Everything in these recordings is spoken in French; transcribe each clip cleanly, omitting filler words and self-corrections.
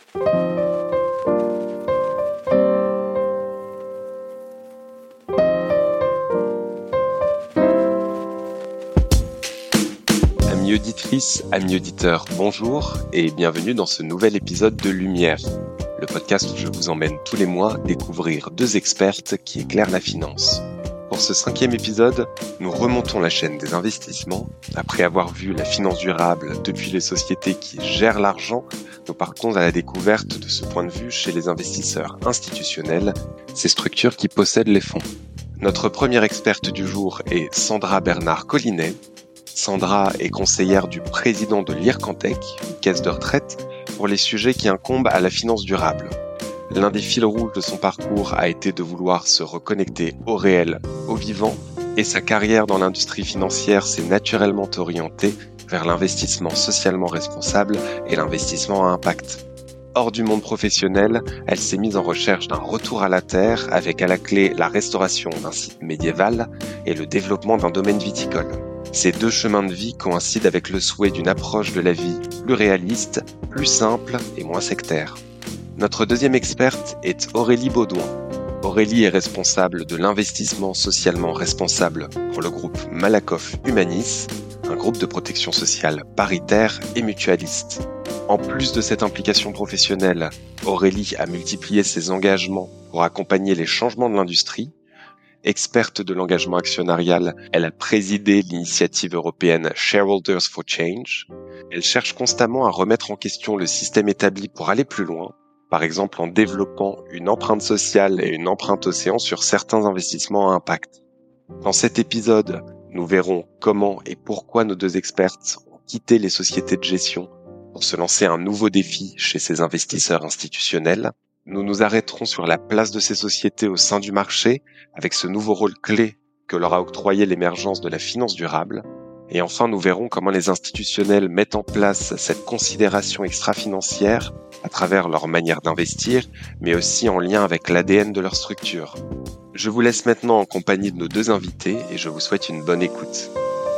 Amis auditrices, amis auditeurs, bonjour et bienvenue dans ce nouvel épisode de Lumière, le podcast où je vous emmène tous les mois découvrir deux expertes qui éclairent la finance. Pour ce 5e épisode, nous remontons la chaîne des investissements. Après avoir vu la finance durable depuis les sociétés qui gèrent l'argent, nous partons à la découverte de ce point de vue chez les investisseurs institutionnels, ces structures qui possèdent les fonds. Notre première experte du jour est Sandra Bernard-Collinet. Sandra est conseillère du président de l'IRCANTEC, une caisse de retraite, pour les sujets qui incombent à la finance durable. L'un des fils rouges de son parcours a été de vouloir se reconnecter au réel, au vivant, et sa carrière dans l'industrie financière s'est naturellement orientée vers l'investissement socialement responsable et l'investissement à impact. Hors du monde professionnel, elle s'est mise en recherche d'un retour à la terre avec à la clé la restauration d'un site médiéval et le développement d'un domaine viticole. Ces deux chemins de vie coïncident avec le souhait d'une approche de la vie plus réaliste, plus simple et moins sectaire. Notre deuxième experte est Aurélie Baudouin. Aurélie est responsable de l'investissement socialement responsable pour le groupe Malakoff Humanis, un groupe de protection sociale paritaire et mutualiste. En plus de cette implication professionnelle, Aurélie a multiplié ses engagements pour accompagner les changements de l'industrie. Experte de l'engagement actionnarial, elle a présidé l'initiative européenne Shareholders for Change. Elle cherche constamment à remettre en question le système établi pour aller plus loin, par exemple en développant une empreinte sociale et une empreinte océan sur certains investissements à impact. Dans cet épisode, nous verrons comment et pourquoi nos deux expertes ont quitté les sociétés de gestion pour se lancer un nouveau défi chez ces investisseurs institutionnels. Nous nous arrêterons sur la place de ces sociétés au sein du marché, avec ce nouveau rôle clé que leur a octroyé l'émergence de la finance durable. Et enfin, nous verrons comment les institutionnels mettent en place cette considération extra-financière à travers leur manière d'investir, mais aussi en lien avec l'ADN de leur structure. Je vous laisse maintenant en compagnie de nos deux invités et je vous souhaite une bonne écoute.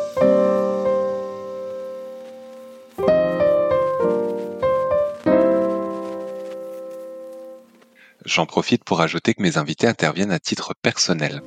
J'en profite pour ajouter que mes invités interviennent à titre personnel.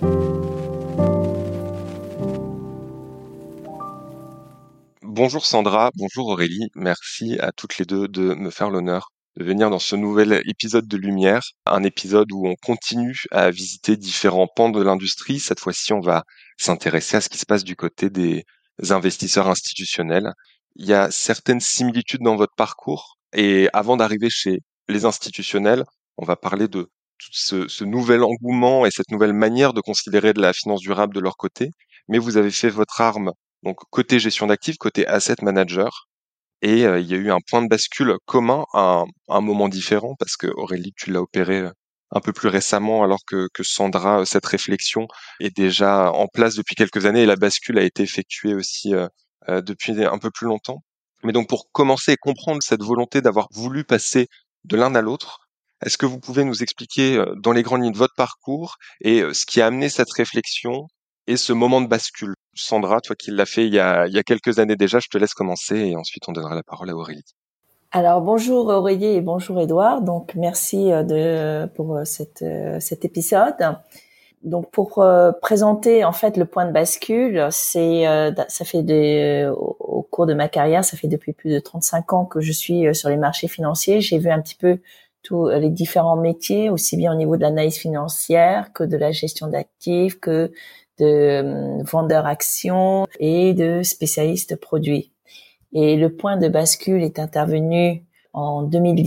Bonjour Sandra, bonjour Aurélie, merci à toutes les deux de me faire l'honneur de venir dans ce nouvel épisode de Lumière, un épisode où on continue à visiter différents pans de l'industrie. Cette fois-ci, on va s'intéresser à ce qui se passe du côté des investisseurs institutionnels. Il y a certaines similitudes dans votre parcours et avant d'arriver chez les institutionnels, on va parler de tout ce nouvel engouement et cette nouvelle manière de considérer de la finance durable de leur côté. Mais vous avez fait votre arme, donc côté gestion d'actifs, côté asset manager. Et il y a eu un point de bascule commun à un moment différent, parce que Aurélie, tu l'as opéré un peu plus récemment, alors que Sandra, cette réflexion est déjà en place depuis quelques années, et la bascule a été effectuée aussi depuis un peu plus longtemps. Mais donc pour commencer et comprendre cette volonté d'avoir voulu passer de l'un à l'autre, est-ce que vous pouvez nous expliquer dans les grandes lignes votre parcours et ce qui a amené cette réflexion et ce moment de bascule? Sandra, toi qui l'as fait il y a quelques années déjà, je te laisse commencer et ensuite on donnera la parole à Aurélie. Alors bonjour Aurélie et bonjour Édouard. Donc merci pour cet épisode. Donc pour présenter en fait le point de bascule, ça fait au cours de ma carrière, ça fait depuis plus de 35 ans que je suis sur les marchés financiers. J'ai vu un petit peu tous les différents métiers, aussi bien au niveau de l'analyse financière que de la gestion d'actifs, que de vendeur actions et de spécialiste produits. Et le point de bascule est intervenu en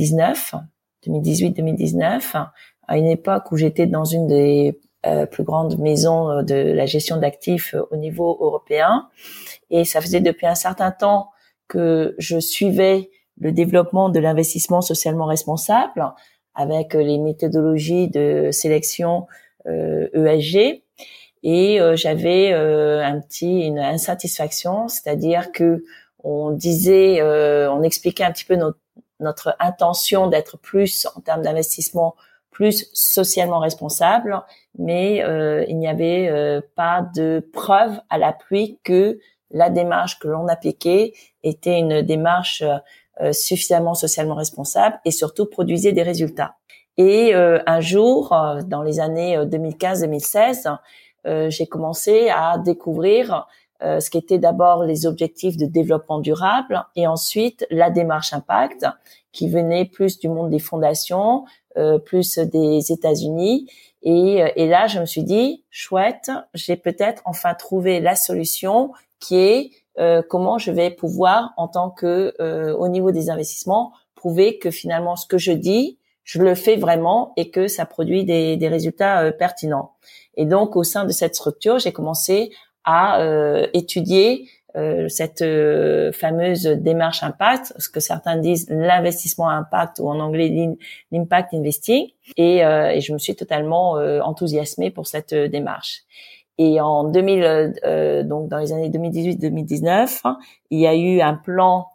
2018-2019, à une époque où j'étais dans une des plus grandes maisons de la gestion d'actifs au niveau européen. Et ça faisait depuis un certain temps que je suivais le développement de l'investissement socialement responsable avec les méthodologies de sélection ESG. Et j'avais une insatisfaction, c'est-à-dire que on expliquait un petit peu notre intention d'être plus en termes d'investissement, plus socialement responsable, mais il n'y avait pas de preuve à l'appui que la démarche que l'on appliquait était une démarche suffisamment socialement responsables et surtout produisaient des résultats. Et un jour, dans les années 2015-2016, j'ai commencé à découvrir ce qu'étaient d'abord les objectifs de développement durable et ensuite la démarche impact qui venait plus du monde des fondations, plus des États-Unis. Et là, je me suis dit, chouette, j'ai peut-être enfin trouvé la solution qui est comment je vais pouvoir, en tant que au niveau des investissements, prouver que finalement ce que je dis, je le fais vraiment et que ça produit des résultats pertinents. Et donc, au sein de cette structure, j'ai commencé à étudier cette fameuse démarche impact, ce que certains disent l'investissement impact ou en anglais l'impact investing. Et je me suis totalement enthousiasmée pour cette démarche. Et en 2000, donc dans les années 2018-2019, il y a eu un plan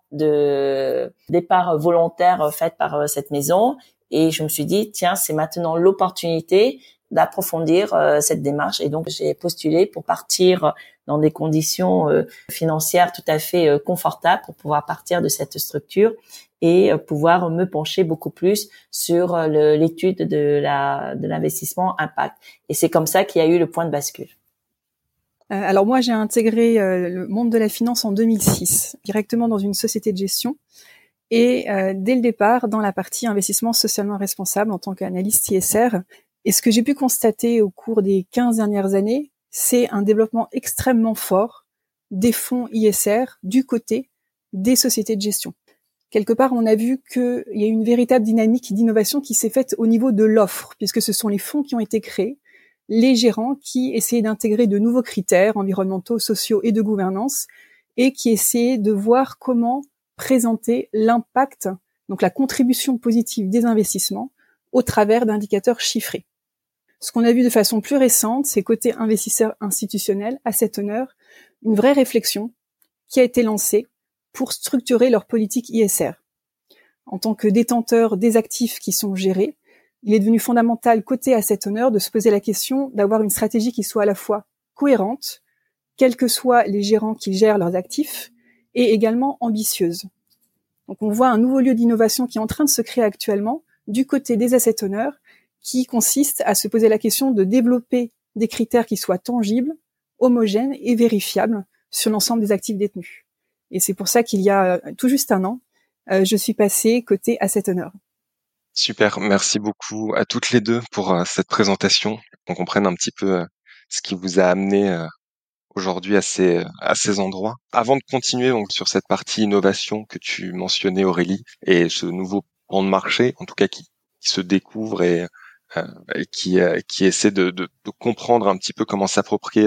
de départ volontaire fait par cette maison. Et je me suis dit, tiens, c'est maintenant l'opportunité d'approfondir cette démarche. Et donc, j'ai postulé pour partir dans des conditions financières tout à fait confortables pour pouvoir partir de cette structure et pouvoir me pencher beaucoup plus sur l'étude de l'investissement impact. Et c'est comme ça qu'il y a eu le point de bascule. Alors moi, j'ai intégré le monde de la finance en 2006, directement dans une société de gestion. Et dès le départ, dans la partie investissement socialement responsable en tant qu'analyste ISR. Et ce que j'ai pu constater au cours des 15 dernières années, c'est un développement extrêmement fort des fonds ISR du côté des sociétés de gestion. Quelque part, on a vu qu'il y a une véritable dynamique d'innovation qui s'est faite au niveau de l'offre, puisque ce sont les fonds qui ont été créés, les gérants qui essayaient d'intégrer de nouveaux critères environnementaux, sociaux et de gouvernance, et qui essayaient de voir comment présenter l'impact, donc la contribution positive des investissements, au travers d'indicateurs chiffrés. Ce qu'on a vu de façon plus récente, c'est côté investisseurs institutionnels, asset owners, une vraie réflexion qui a été lancée pour structurer leur politique ISR. En tant que détenteurs des actifs qui sont gérés, il est devenu fondamental côté asset owner de se poser la question d'avoir une stratégie qui soit à la fois cohérente, quels que soient les gérants qui gèrent leurs actifs, et également ambitieuse. Donc on voit un nouveau lieu d'innovation qui est en train de se créer actuellement du côté des asset owners, qui consiste à se poser la question de développer des critères qui soient tangibles, homogènes et vérifiables sur l'ensemble des actifs détenus. Et c'est pour ça qu'il y a tout juste un an, je suis passée côté asset owner. Super, merci beaucoup à toutes les deux pour cette présentation, qu'on comprenne un petit peu ce qui vous a amené aujourd'hui à ces endroits. Avant de continuer donc sur cette partie innovation que tu mentionnais, Aurélie, et ce nouveau pan de marché, en tout cas qui se découvre et qui essaie de comprendre un petit peu comment s'approprier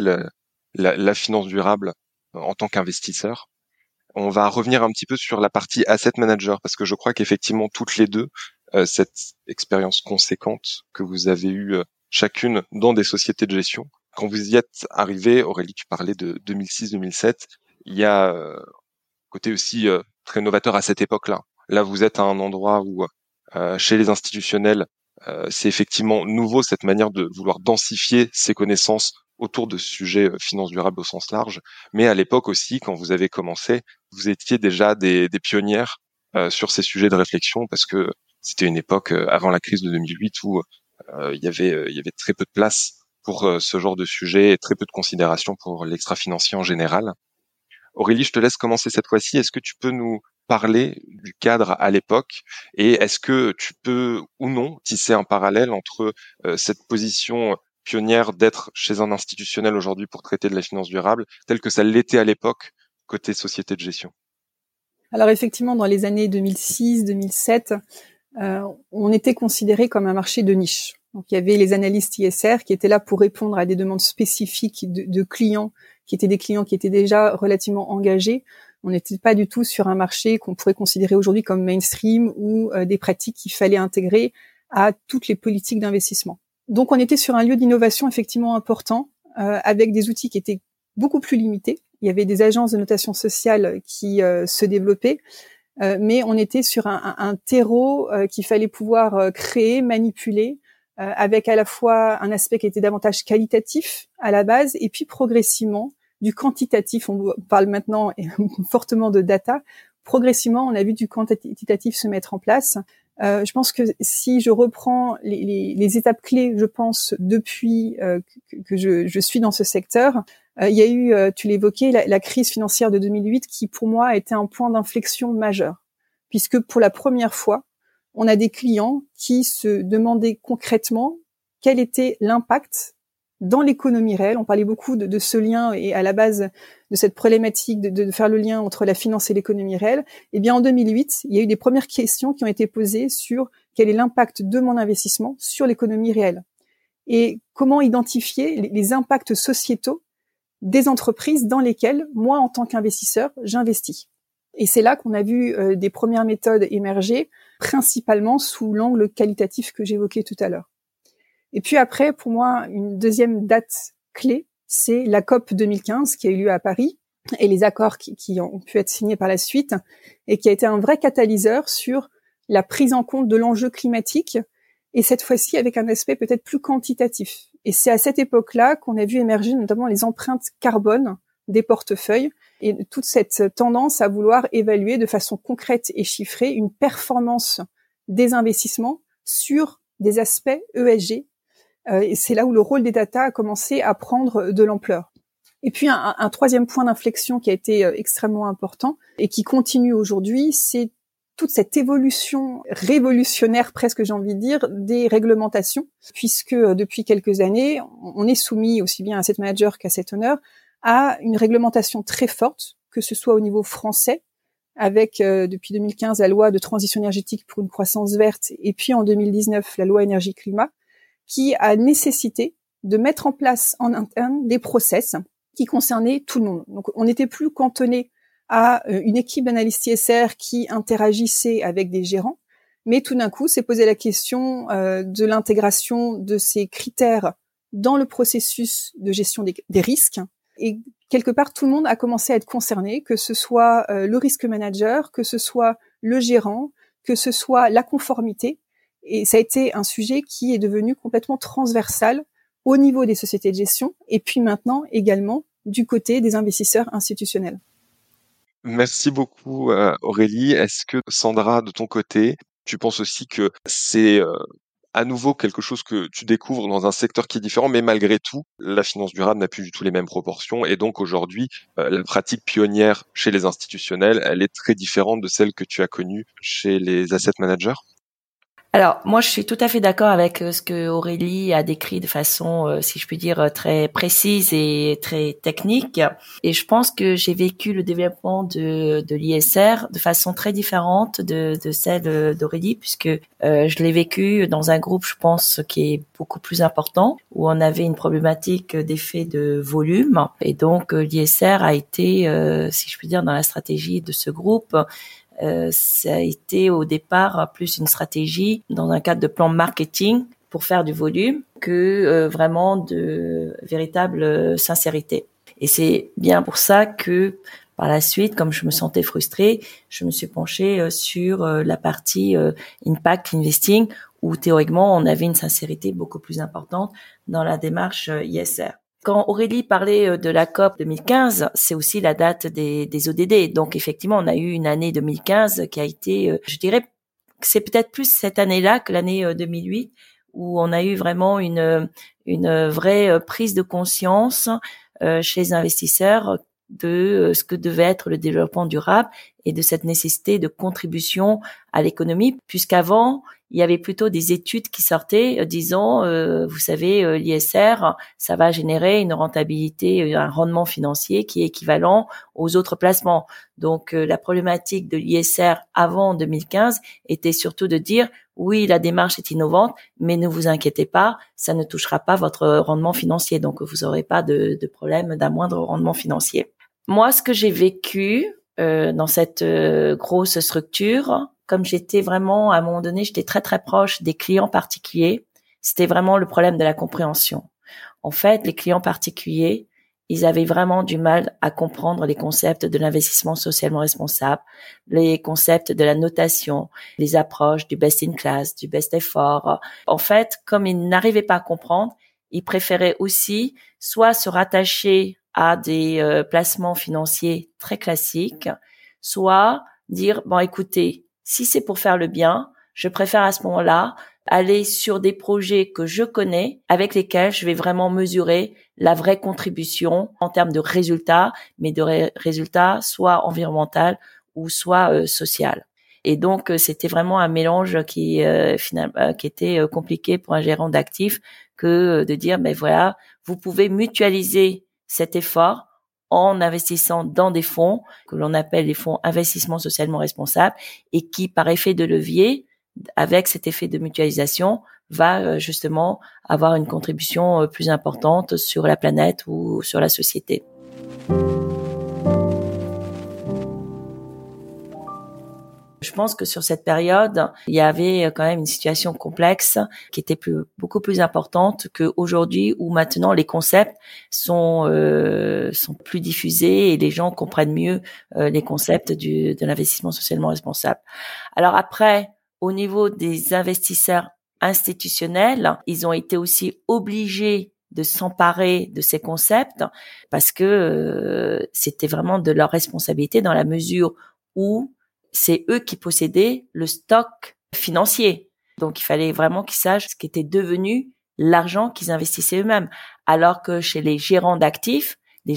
la finance durable en tant qu'investisseur. On va revenir un petit peu sur la partie asset manager parce que je crois qu'effectivement toutes les deux, cette expérience conséquente que vous avez eue chacune dans des sociétés de gestion, quand vous y êtes arrivé, Aurélie, tu parlais de 2006-2007, il y a côté aussi très novateur à cette époque-là. Là, vous êtes à un endroit où chez les institutionnels, c'est effectivement nouveau cette manière de vouloir densifier ses connaissances autour de ce sujet finance durable au sens large. Mais à l'époque aussi, quand vous avez commencé, vous étiez déjà des pionnières sur ces sujets de réflexion parce que c'était une époque avant la crise de 2008 où il y avait très peu de place pour ce genre de sujet et très peu de considération pour l'extra-financier en général. Aurélie, je te laisse commencer cette fois-ci. Est-ce que tu peux nous parler du cadre à l'époque et est-ce que tu peux ou non tisser un parallèle entre cette position pionnière d'être chez un institutionnel aujourd'hui pour traiter de la finance durable telle que ça l'était à l'époque côté société de gestion? Alors effectivement, dans les années 2006-2007, on était considéré comme un marché de niche. Donc il y avait les analystes ISR qui étaient là pour répondre à des demandes spécifiques de clients qui étaient des clients qui étaient déjà relativement engagés. On n'était pas du tout sur un marché qu'on pourrait considérer aujourd'hui comme mainstream ou des pratiques qu'il fallait intégrer à toutes les politiques d'investissement. Donc on était sur un lieu d'innovation effectivement important avec des outils qui étaient beaucoup plus limités. Il y avait des agences de notation sociale qui se développaient, mais on était sur un terreau qu'il fallait pouvoir créer, manipuler, avec à la fois un aspect qui était davantage qualitatif à la base et puis progressivement du quantitatif. On parle maintenant fortement de data progressivement, on a vu du quantitatif se mettre en place. Je pense que si je reprends les étapes clés, je pense, depuis que je suis dans ce secteur, il y a eu, tu l'évoquais, la crise financière de 2008 qui, pour moi, a été un point d'inflexion majeur, puisque pour la première fois, on a des clients qui se demandaient concrètement quel était l'impact dans l'économie réelle. On parlait beaucoup de ce lien et à la base de cette problématique de faire le lien entre la finance et l'économie réelle. Eh bien, en 2008, il y a eu des premières questions qui ont été posées sur quel est l'impact de mon investissement sur l'économie réelle et comment identifier les impacts sociétaux des entreprises dans lesquelles, moi, en tant qu'investisseur, j'investis. Et c'est là qu'on a vu des premières méthodes émerger, principalement sous l'angle qualitatif que j'évoquais tout à l'heure. Et puis après, pour moi, une deuxième date clé, c'est la COP 2015 qui a eu lieu à Paris et les accords qui ont pu être signés par la suite et qui a été un vrai catalyseur sur la prise en compte de l'enjeu climatique et cette fois-ci avec un aspect peut-être plus quantitatif. Et c'est à cette époque-là qu'on a vu émerger notamment les empreintes carbone des portefeuilles et toute cette tendance à vouloir évaluer de façon concrète et chiffrée une performance des investissements sur des aspects ESG. Et c'est là où le rôle des data a commencé à prendre de l'ampleur. Et puis un troisième point d'inflexion qui a été extrêmement important et qui continue aujourd'hui, c'est toute cette évolution révolutionnaire, presque j'ai envie de dire, des réglementations, puisque depuis quelques années, on est soumis aussi bien à asset manager qu'à asset owner à une réglementation très forte, que ce soit au niveau français, avec depuis 2015 la loi de transition énergétique pour une croissance verte, et puis en 2019 la loi énergie-climat, qui a nécessité de mettre en place en interne des process qui concernaient tout le monde. Donc, on n'était plus cantonné à une équipe d'analystes ISR qui interagissait avec des gérants, mais tout d'un coup, s'est posé la question de l'intégration de ces critères dans le processus de gestion des risques. Et quelque part, tout le monde a commencé à être concerné, que ce soit le risk manager, que ce soit le gérant, que ce soit la conformité. Et ça a été un sujet qui est devenu complètement transversal au niveau des sociétés de gestion et puis maintenant également du côté des investisseurs institutionnels. Merci beaucoup Aurélie. Est-ce que Sandra, de ton côté, tu penses aussi que c'est à nouveau quelque chose que tu découvres dans un secteur qui est différent, mais malgré tout, la finance durable n'a plus du tout les mêmes proportions et donc aujourd'hui, la pratique pionnière chez les institutionnels, elle est très différente de celle que tu as connue chez les asset managers? Alors, moi, je suis tout à fait d'accord avec ce que Aurélie a décrit de façon, si je puis dire, très précise et très technique. Et je pense que j'ai vécu le développement de l'ISR de façon très différente de celle d'Aurélie, puisque je l'ai vécu dans un groupe, je pense, qui est beaucoup plus important, où on avait une problématique d'effet de volume. Et donc, l'ISR a été, si je puis dire, dans la stratégie de ce groupe, ça a été au départ plus une stratégie dans un cadre de plan marketing pour faire du volume que vraiment de véritable sincérité. Et c'est bien pour ça que par la suite, comme je me sentais frustrée, je me suis penchée sur la partie impact investing où théoriquement on avait une sincérité beaucoup plus importante dans la démarche ISR. Quand Aurélie parlait de la COP 2015, c'est aussi la date des ODD. Donc effectivement, on a eu une année 2015 qui a été, je dirais, que c'est peut-être plus cette année-là que l'année 2008, où on a eu vraiment une vraie prise de conscience chez les investisseurs de ce que devait être le développement durable et de cette nécessité de contribution à l'économie, puisqu'avant, il y avait plutôt des études qui sortaient disant, vous savez, l'ISR, ça va générer une rentabilité, un rendement financier qui est équivalent aux autres placements. Donc, la problématique de l'ISR avant 2015 était surtout de dire, oui, la démarche est innovante, mais ne vous inquiétez pas, ça ne touchera pas votre rendement financier. Donc, vous n'aurez pas de problème d'un moindre rendement financier. Moi, ce que j'ai vécu dans cette grosse structure, comme j'étais vraiment, à un moment donné, j'étais très très proche des clients particuliers, c'était vraiment le problème de la compréhension. En fait, les clients particuliers, ils avaient vraiment du mal à comprendre les concepts de l'investissement socialement responsable, les concepts de la notation, les approches du best in class, du best effort. En fait, comme ils n'arrivaient pas à comprendre, ils préféraient aussi soit se rattacher à des placements financiers très classiques, soit dire, bon, écoutez, si c'est pour faire le bien, je préfère à ce moment-là aller sur des projets que je connais, avec lesquels je vais vraiment mesurer la vraie contribution en termes de résultats, mais de résultats soit environnemental ou soit social. Et donc c'était vraiment un mélange qui finalement qui était compliqué pour un gérant d'actifs que de dire ben voilà, vous pouvez mutualiser cet effort en investissant dans des fonds que l'on appelle les fonds investissement socialement responsables et qui par effet de levier, avec cet effet de mutualisation, va justement avoir une contribution plus importante sur la planète ou sur la société. Je pense que sur cette période, il y avait quand même une situation complexe qui était beaucoup plus importante qu'aujourd'hui où maintenant les concepts sont plus diffusés et les gens comprennent mieux les concepts de l'investissement socialement responsable. Alors après, au niveau des investisseurs institutionnels, ils ont été aussi obligés de s'emparer de ces concepts parce que c'était vraiment de leur responsabilité dans la mesure où c'est eux qui possédaient le stock financier. Donc, il fallait vraiment qu'ils sachent ce qu'était devenu l'argent qu'ils investissaient eux-mêmes. Alors que chez les gérants d'actifs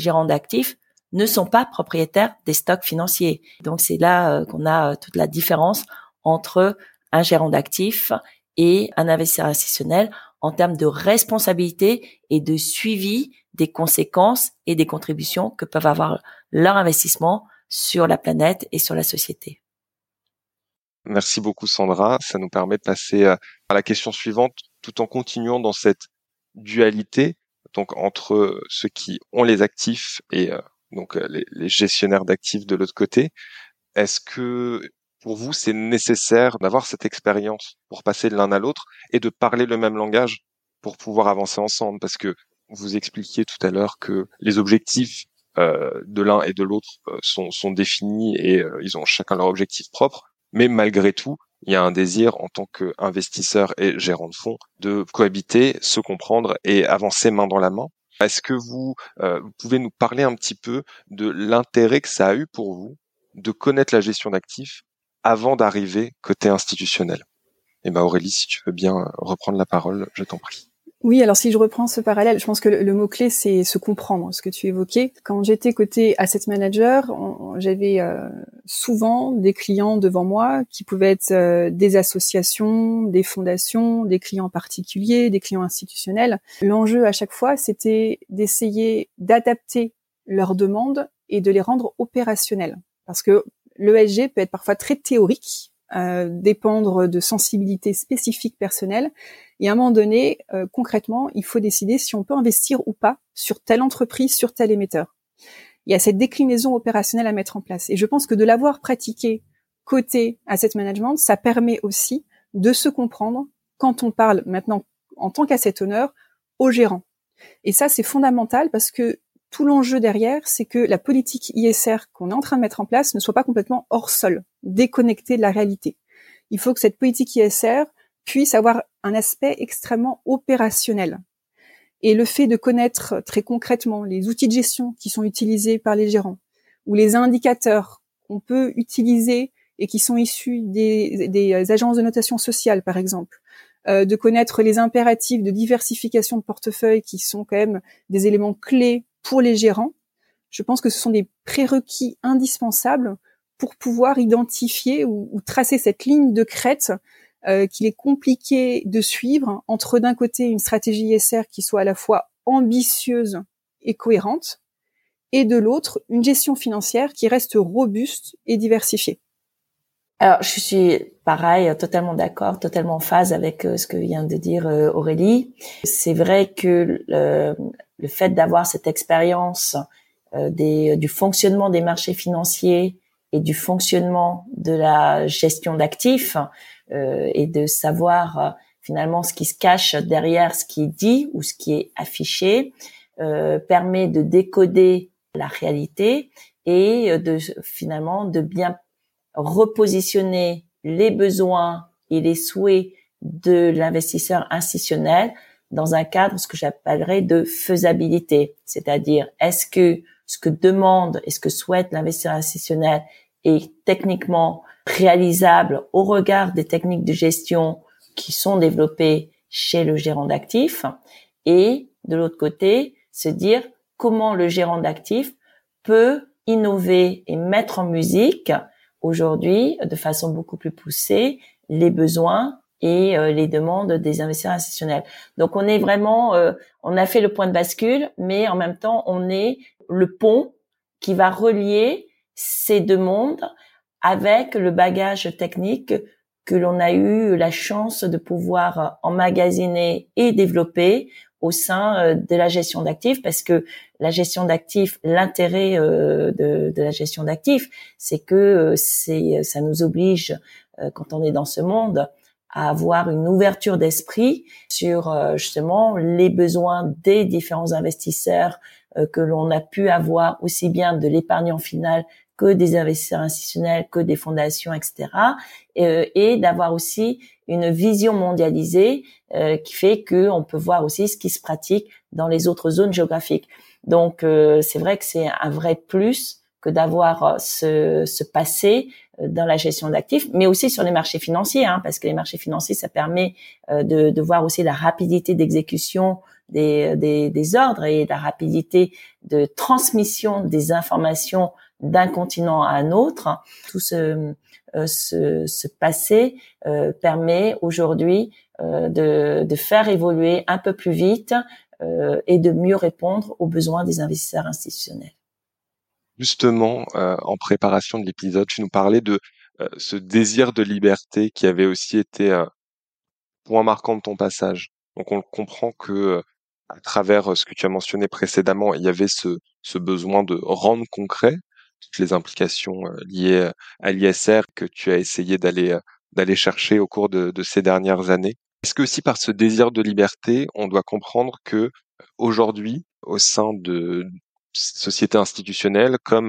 ne sont pas propriétaires des stocks financiers. Donc, c'est là qu'on a toute la différence entre un gérant d'actifs et un investisseur institutionnel en termes de responsabilité et de suivi des conséquences et des contributions que peuvent avoir leur investissement sur la planète et sur la société. Merci beaucoup Sandra, ça nous permet de passer à la question suivante tout en continuant dans cette dualité donc entre ceux qui ont les actifs et les gestionnaires d'actifs de l'autre côté. Est-ce que pour vous c'est nécessaire d'avoir cette expérience pour passer de l'un à l'autre et de parler le même langage pour pouvoir avancer ensemble? Parce que vous expliquiez tout à l'heure que les objectifs de l'un et de l'autre sont définis et ils ont chacun leur objectif propre. Mais malgré tout, il y a un désir en tant qu'investisseur et gérant de fonds de cohabiter, se comprendre et avancer main dans la main. Est-ce que vous pouvez nous parler un petit peu de l'intérêt que ça a eu pour vous de connaître la gestion d'actifs avant d'arriver côté institutionnel? Et ben Aurélie, si tu veux bien reprendre la parole, je t'en prie. Oui, alors si je reprends ce parallèle, je pense que le mot-clé, c'est se comprendre, ce que tu évoquais. Quand j'étais côté asset manager, j'avais souvent des clients devant moi qui pouvaient être des associations, des fondations, des clients particuliers, des clients institutionnels. L'enjeu à chaque fois, c'était d'essayer d'adapter leurs demandes et de les rendre opérationnelles. Parce que l'ESG peut être parfois très théorique, dépendre de sensibilités spécifiques personnelles. Et à un moment donné, concrètement, il faut décider si on peut investir ou pas sur telle entreprise, sur tel émetteur. Il y a cette déclinaison opérationnelle à mettre en place. Et je pense que de l'avoir pratiqué côté asset management, ça permet aussi de se comprendre quand on parle maintenant en tant qu'asset owner au gérant. Et ça, c'est fondamental parce que tout l'enjeu derrière, c'est que la politique ISR qu'on est en train de mettre en place ne soit pas complètement hors sol, déconnectée de la réalité. Il faut que cette politique ISR puisse avoir un aspect extrêmement opérationnel. Et le fait de connaître très concrètement les outils de gestion qui sont utilisés par les gérants ou les indicateurs qu'on peut utiliser et qui sont issus des agences de notation sociale, par exemple, de connaître les impératifs de diversification de portefeuille qui sont quand même des éléments clés pour les gérants, je pense que ce sont des prérequis indispensables pour pouvoir identifier ou tracer cette ligne de crête qu'il est compliqué de suivre entre d'un côté une stratégie ISR qui soit à la fois ambitieuse et cohérente et de l'autre une gestion financière qui reste robuste et diversifiée. Alors, je suis pareil, totalement d'accord, totalement en phase avec ce que vient de dire Aurélie. C'est vrai que le fait d'avoir cette expérience du fonctionnement des marchés financiers et du fonctionnement de la gestion d'actifs et de savoir finalement ce qui se cache derrière ce qui est dit ou ce qui est affiché permet de décoder la réalité et finalement de bien repositionner les besoins et les souhaits de l'investisseur institutionnel dans un cadre, ce que j'appellerais de faisabilité. C'est-à-dire, est-ce que ce que demande et ce que souhaite l'investisseur institutionnel est techniquement réalisable au regard des techniques de gestion qui sont développées chez le gérant d'actifs, et de l'autre côté, se dire comment le gérant d'actifs peut innover et mettre en musique aujourd'hui, de façon beaucoup plus poussée, les besoins et les demandes des investisseurs institutionnels. Donc on est vraiment, on a fait le point de bascule, mais en même temps on est le pont qui va relier ces deux mondes avec le bagage technique que l'on a eu la chance de pouvoir emmagasiner et développer au sein de la gestion d'actifs, parce que la gestion d'actifs, l'intérêt de la gestion d'actifs, c'est que ça nous oblige, quand on est dans ce monde, à avoir une ouverture d'esprit sur justement les besoins des différents investisseurs que l'on a pu avoir, aussi bien de l'épargnant final que des investisseurs institutionnels, que des fondations, etc. Et d'avoir aussi une vision mondialisée qui fait que on peut voir aussi ce qui se pratique dans les autres zones géographiques. Donc c'est vrai que c'est un vrai plus que d'avoir ce passé dans la gestion d'actifs, mais aussi sur les marchés financiers, parce que les marchés financiers, ça permet de voir aussi la rapidité d'exécution des ordres et la rapidité de transmission des informations d'un continent à un autre. Tout ce passé permet aujourd'hui de faire évoluer un peu plus vite et de mieux répondre aux besoins des investisseurs institutionnels. Justement, en préparation de l'épisode, tu nous parlais de ce désir de liberté qui avait aussi été point marquant de ton passage. Donc on comprend que à travers ce que tu as mentionné précédemment, il y avait ce besoin de rendre concret toutes les implications liées à l'ISR que tu as essayé d'aller chercher au cours de ces dernières années. Est-ce que aussi par ce désir de liberté, on doit comprendre que aujourd'hui, au sein de sociétés institutionnelles, comme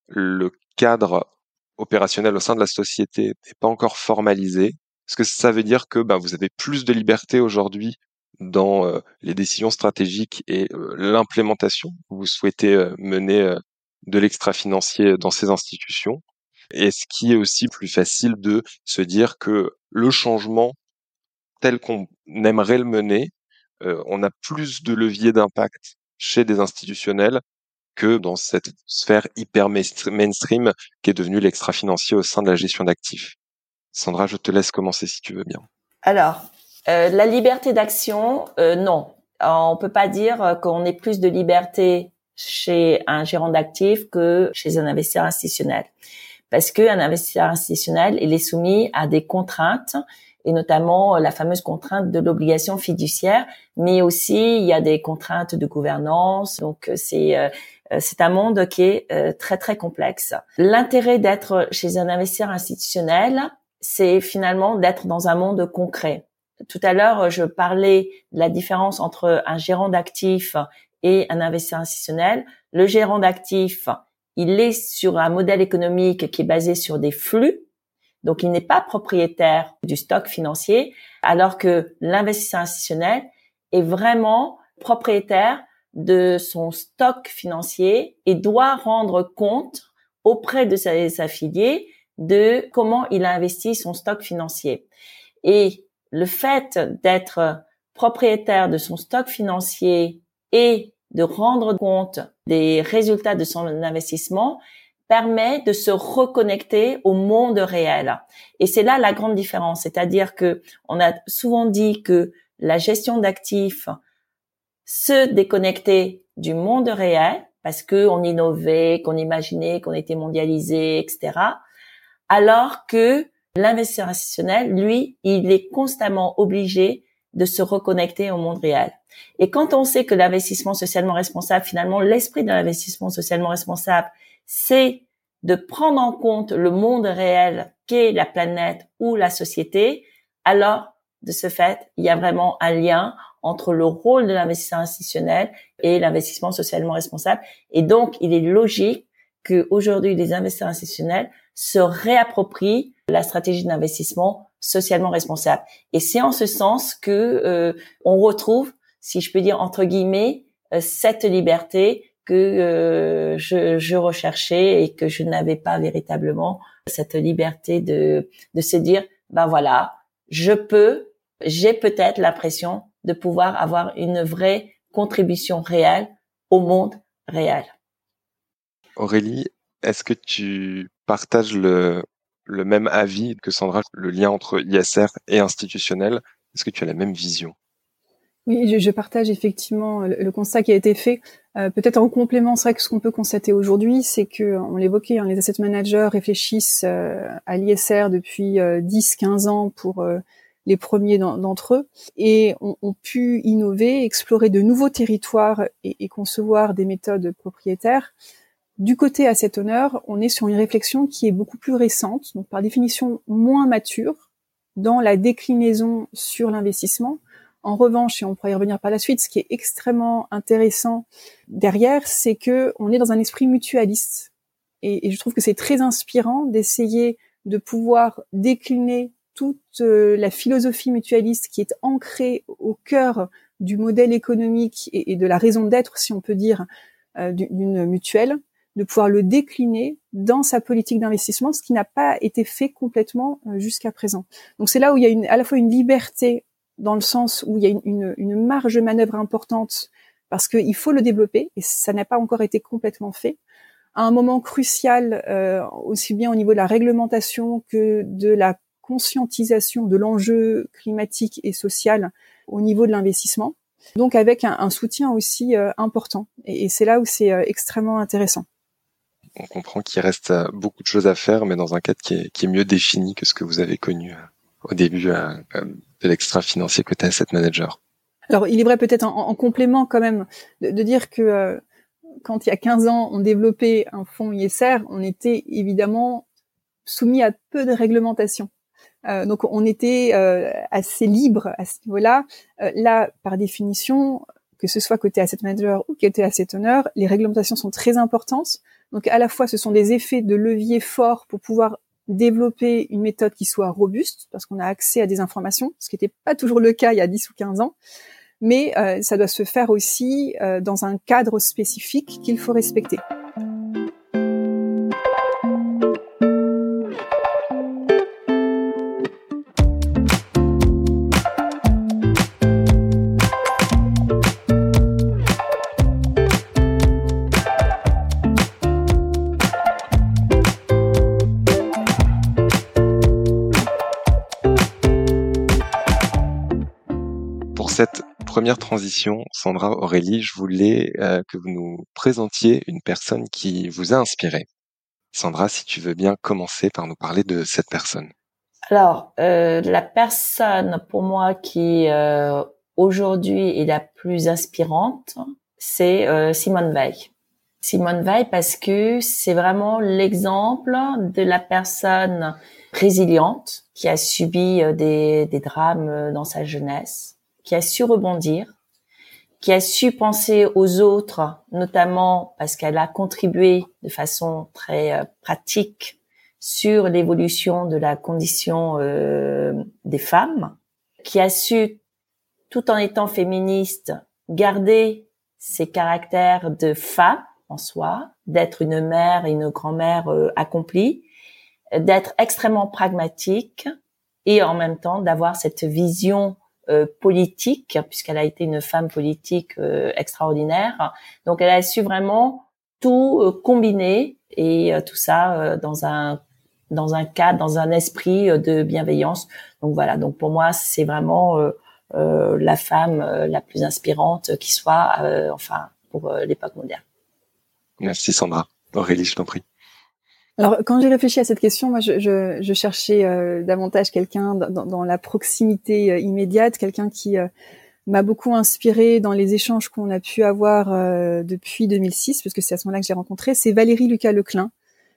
le cadre opérationnel au sein de la société n'est pas encore formalisé, est-ce que ça veut dire que vous avez plus de liberté aujourd'hui dans les décisions stratégiques et l'implémentation que vous souhaitez mener de l'extra-financier dans ces institutions? Et est-ce qu'il est aussi plus facile de se dire que le changement tel qu'on aimerait le mener, on a plus de leviers d'impact chez des institutionnels que dans cette sphère hyper mainstream qui est devenue l'extra-financier au sein de la gestion d'actifs? Sandra, je te laisse commencer si tu veux bien. Alors, la liberté d'action, non. On peut pas dire qu'on ait plus de liberté chez un gérant d'actifs que chez un investisseur institutionnel. Parce que un investisseur institutionnel, il est soumis à des contraintes, et notamment la fameuse contrainte de l'obligation fiduciaire, mais aussi il y a des contraintes de gouvernance. Donc c'est un monde qui est très très complexe. L'intérêt d'être chez un investisseur institutionnel, c'est finalement d'être dans un monde concret. Tout à l'heure, je parlais de la différence entre un gérant d'actifs et un investisseur institutionnel. Le gérant d'actifs, il est sur un modèle économique qui est basé sur des flux. Donc, il n'est pas propriétaire du stock financier, alors que l'investisseur institutionnel est vraiment propriétaire de son stock financier et doit rendre compte auprès de ses affiliés de comment il a investi son stock financier. Et le fait d'être propriétaire de son stock financier et de rendre compte des résultats de son investissement permet de se reconnecter au monde réel. Et c'est là la grande différence. C'est-à-dire que on a souvent dit que la gestion d'actifs se déconnectait du monde réel parce que on innovait, qu'on imaginait, qu'on était mondialisé, etc. Alors que l'investisseur institutionnel, lui, il est constamment obligé de se reconnecter au monde réel. Et quand on sait que l'investissement socialement responsable, finalement, l'esprit de l'investissement socialement responsable, c'est de prendre en compte le monde réel qu'est la planète ou la société, alors, de ce fait, il y a vraiment un lien entre le rôle de l'investisseur institutionnel et l'investissement socialement responsable. Et donc, il est logique qu'aujourd'hui, les investisseurs institutionnels se réapproprient la stratégie d'investissement socialement responsable. Et c'est en ce sens que on retrouve, si je peux dire entre guillemets, cette liberté que je recherchais et que je n'avais pas véritablement cette liberté de se dire, ben voilà, j'ai peut-être l'impression de pouvoir avoir une vraie contribution réelle au monde réel. Aurélie, est-ce que tu partages le même avis que Sandra, le lien entre ISR et institutionnel? Est-ce que tu as la même vision? Oui, je partage effectivement le constat qui a été fait. Peut-être en complément, c'est vrai que ce qu'on peut constater aujourd'hui, c'est que, on l'évoquait, les asset managers réfléchissent à l'ISR depuis 10-15 ans pour les premiers d'entre eux, et ont pu innover, explorer de nouveaux territoires et concevoir des méthodes propriétaires. Du côté asset owner, on est sur une réflexion qui est beaucoup plus récente, donc par définition moins mature dans la déclinaison sur l'investissement. En revanche, et on pourra y revenir par la suite, ce qui est extrêmement intéressant derrière, c'est que on est dans un esprit mutualiste. Et je trouve que c'est très inspirant d'essayer de pouvoir décliner toute la philosophie mutualiste qui est ancrée au cœur du modèle économique et de la raison d'être, si on peut dire, d'une mutuelle, de pouvoir le décliner dans sa politique d'investissement, ce qui n'a pas été fait complètement jusqu'à présent. Donc c'est là où il y a à la fois une liberté dans le sens où il y a une marge de manœuvre importante parce qu'il faut le développer et ça n'a pas encore été complètement fait. À un moment crucial, aussi bien au niveau de la réglementation que de la conscientisation de l'enjeu climatique et social au niveau de l'investissement. Donc avec un soutien aussi important. Et c'est là où c'est extrêmement intéressant. On comprend qu'il reste beaucoup de choses à faire, mais dans un cadre qui est mieux défini que ce que vous avez connu au début de l'extra-financier côté asset manager. Alors, il est vrai peut-être en complément quand même de dire que quand il y a 15 ans, on développait un fonds ISR, on était évidemment soumis à peu de réglementation. Donc, on était assez libre à ce niveau-là. Là, par définition, que ce soit côté asset manager ou côté asset owner, les réglementations sont très importantes. Donc, à la fois, ce sont des effets de levier forts pour pouvoir développer une méthode qui soit robuste, parce qu'on a accès à des informations, ce qui n'était pas toujours le cas il y a 10 ou 15 ans, mais ça doit se faire aussi dans un cadre spécifique qu'il faut respecter. Cette première transition, Sandra, Aurélie, je voulais que vous nous présentiez une personne qui vous a inspiré. Sandra, si tu veux bien commencer par nous parler de cette personne. Alors, la personne pour moi qui aujourd'hui est la plus inspirante, c'est Simone Veil. Simone Veil parce que c'est vraiment l'exemple de la personne résiliente qui a subi des drames dans sa jeunesse, qui a su rebondir, qui a su penser aux autres, notamment parce qu'elle a contribué de façon très pratique sur l'évolution de la condition des femmes, qui a su, tout en étant féministe, garder ses caractères de femme en soi, d'être une mère et une grand-mère accomplie, d'être extrêmement pragmatique et en même temps d'avoir cette vision politique, puisqu'elle a été une femme politique extraordinaire. Donc elle a su vraiment tout combiner et tout ça dans un cadre, dans un esprit de bienveillance. Donc voilà, donc pour moi c'est vraiment la femme la plus inspirante qui soit pour l'époque moderne. Merci Sandra. Aurélie, je t'en prie. Alors, quand j'ai réfléchi à cette question, moi, je cherchais davantage quelqu'un dans la proximité immédiate, quelqu'un qui m'a beaucoup inspiré dans les échanges qu'on a pu avoir depuis 2006, parce que c'est à ce moment-là que j'ai rencontré. C'est Valérie Lucas-Leclin,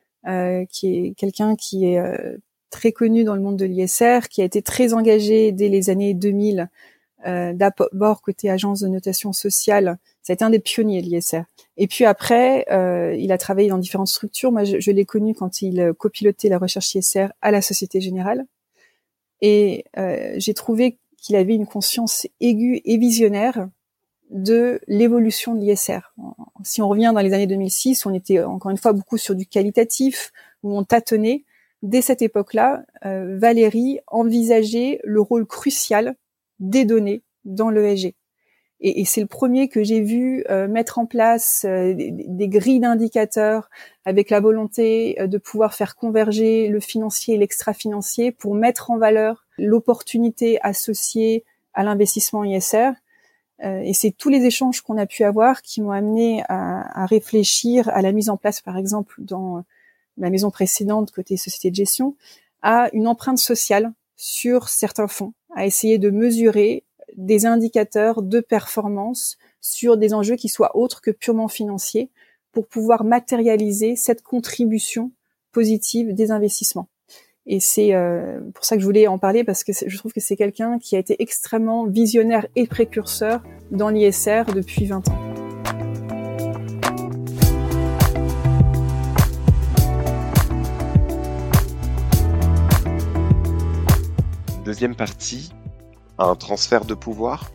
qui est quelqu'un qui est très connu dans le monde de l'ISR, qui a été très engagé dès les années 2000, d'abord côté agence de notation sociale. Ça a été un des pionniers de l'ISR. Et puis après, il a travaillé dans différentes structures. Moi, je l'ai connu quand il copilotait la recherche ISR à la Société Générale. Et j'ai trouvé qu'il avait une conscience aiguë et visionnaire de l'évolution de l'ISR. Si on revient dans les années 2006, on était encore une fois beaucoup sur du qualitatif, où on tâtonnait. Dès cette époque-là, Valérie envisageait le rôle crucial des données dans l'ESG. Et c'est le premier que j'ai vu mettre en place des grilles d'indicateurs avec la volonté de pouvoir faire converger le financier et l'extra-financier pour mettre en valeur l'opportunité associée à l'investissement ISR. Et c'est tous les échanges qu'on a pu avoir qui m'ont amené à réfléchir à la mise en place, par exemple, dans ma maison précédente côté société de gestion, à une empreinte sociale sur certains fonds, à essayer de mesurer des indicateurs de performance sur des enjeux qui soient autres que purement financiers pour pouvoir matérialiser cette contribution positive des investissements. Et c'est pour ça que je voulais en parler, parce que je trouve que c'est quelqu'un qui a été extrêmement visionnaire et précurseur dans l'ISR depuis 20 ans. Deuxième partie, un transfert de pouvoir.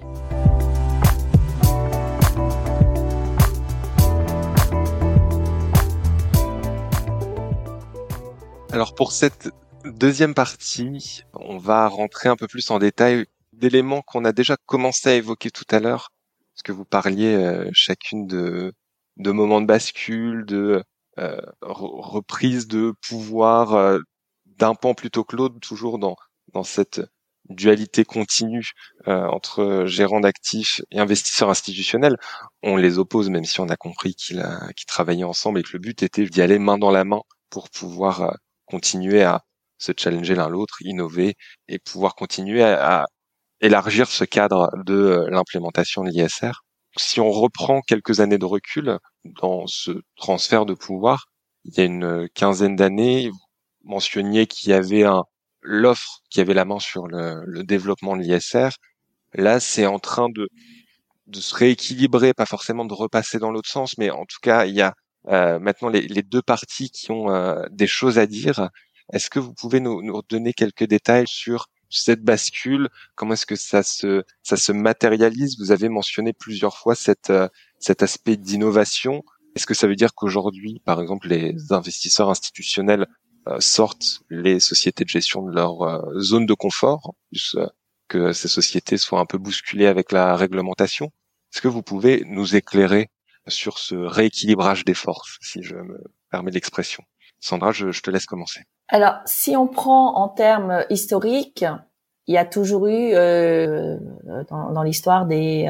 Alors pour cette deuxième partie, on va rentrer un peu plus en détail d'éléments qu'on a déjà commencé à évoquer tout à l'heure, parce que vous parliez chacune de moments de bascule, de reprise de pouvoir d'un pan plutôt que l'autre, toujours dans cette dualité continue entre gérants d'actifs et investisseurs institutionnels. On les oppose, même si on a compris qu'ils travaillaient ensemble et que le but était d'y aller main dans la main pour pouvoir continuer à se challenger l'un l'autre, innover et pouvoir continuer à élargir ce cadre de l'implémentation de l'ISR. Si on reprend quelques années de recul dans ce transfert de pouvoir, il y a une quinzaine d'années, vous mentionniez qu'il y avait l'offre qui avait la main sur le développement de l'ISR. Là, c'est en train de se rééquilibrer, pas forcément de repasser dans l'autre sens, mais en tout cas, il y a maintenant les deux parties qui ont des choses à dire. Est-ce que vous pouvez nous donner quelques détails sur cette bascule? Comment est-ce que ça se matérialise? Vous avez mentionné plusieurs fois cet aspect d'innovation. Est-ce que ça veut dire qu'aujourd'hui, par exemple, les investisseurs institutionnels sortent les sociétés de gestion de leur zone de confort, plus que ces sociétés soient un peu bousculées avec la réglementation? Est-ce que vous pouvez nous éclairer sur ce rééquilibrage des forces, si je me permets l'expression? Sandra, je te laisse commencer. Alors, si on prend en termes historiques, il y a toujours eu dans l'histoire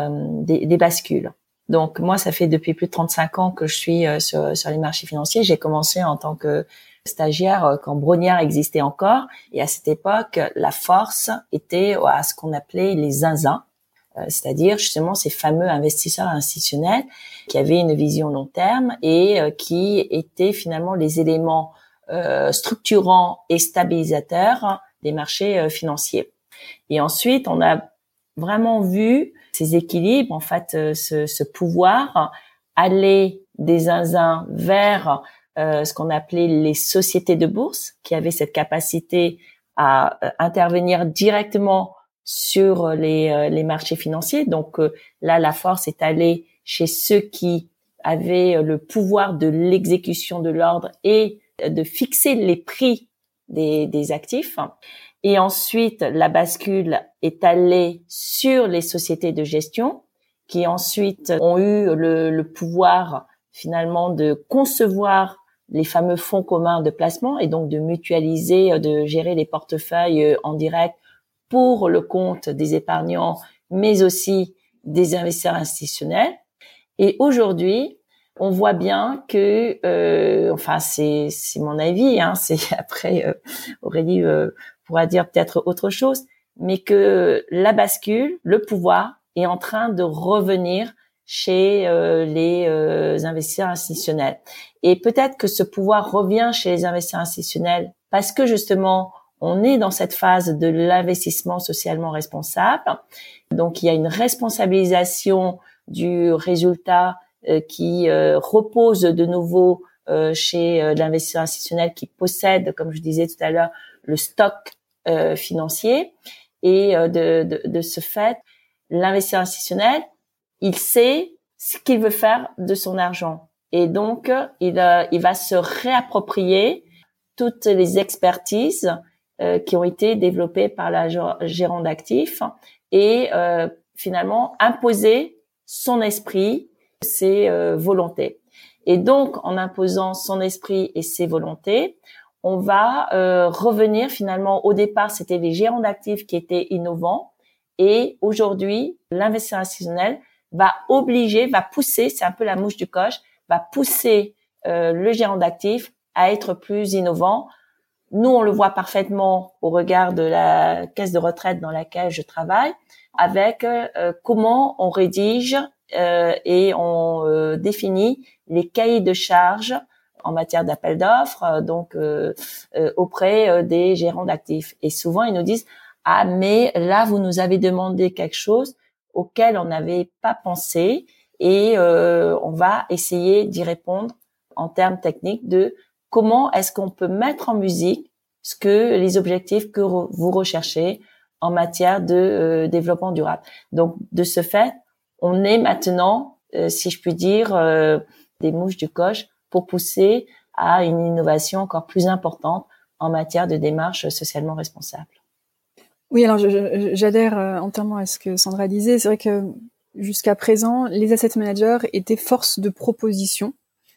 des bascules. Donc moi, ça fait depuis plus de 35 ans que je suis sur les marchés financiers. J'ai commencé en tant que stagiaire quand Brognard existait encore, et à cette époque, la force était à ce qu'on appelait les zinzins, c'est-à-dire justement ces fameux investisseurs institutionnels qui avaient une vision long terme et qui étaient finalement les éléments structurants et stabilisateurs des marchés financiers. Et ensuite, on a vraiment vu ces équilibres, en fait, ce pouvoir aller des zinzins vers ce qu'on appelait les sociétés de bourse, qui avaient cette capacité à intervenir directement sur les marchés financiers. Donc là, la force est allée chez ceux qui avaient le pouvoir de l'exécution de l'ordre et de fixer les prix des actifs. Et ensuite, la bascule est allée sur les sociétés de gestion qui ensuite ont eu le pouvoir finalement de concevoir les fameux fonds communs de placement et donc de mutualiser, de gérer les portefeuilles en direct pour le compte des épargnants, mais aussi des investisseurs institutionnels. Et aujourd'hui, on voit bien que, enfin c'est mon avis, hein, c'est après Aurélie pourra dire peut-être autre chose, mais que la bascule, le pouvoir est en train de revenir chez les investisseurs institutionnels. Et peut-être que ce pouvoir revient chez les investisseurs institutionnels parce que justement on est dans cette phase de l'investissement socialement responsable. Donc il y a une responsabilisation du résultat qui repose de nouveau chez l'investisseur institutionnel qui possède, comme je disais tout à l'heure, le stock financier. Et de ce fait, l'investisseur institutionnel il sait ce qu'il veut faire de son argent. Et donc, il va se réapproprier toutes les expertises qui ont été développées par la gérant d'actifs et finalement imposer son esprit, ses volontés. Et donc, en imposant son esprit et ses volontés, on va revenir finalement, au départ, c'était les gérants d'actifs qui étaient innovants. Et aujourd'hui, l'investisseur institutionnel va pousser, c'est un peu la mouche du coche, va pousser le gérant d'actifs à être plus innovant. Nous, on le voit parfaitement au regard de la caisse de retraite dans laquelle je travaille, avec comment on rédige et on définit les cahiers de charges en matière d'appel d'offres, donc auprès des gérants d'actifs. Et souvent, ils nous disent « Ah, mais là, vous nous avez demandé quelque chose auquel on n'avait pas pensé et on va essayer d'y répondre en termes techniques de comment est-ce qu'on peut mettre en musique ce que les objectifs que vous recherchez en matière de développement durable. » Donc, de ce fait, on est maintenant, si je puis dire, des mouches du coche pour pousser à une innovation encore plus importante en matière de démarche socialement responsable. Oui, alors j'adhère entièrement à ce que Sandra disait. C'est vrai que jusqu'à présent, les asset managers étaient force de proposition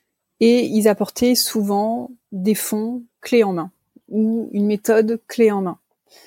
et ils apportaient souvent des fonds clés en main ou une méthode clé en main,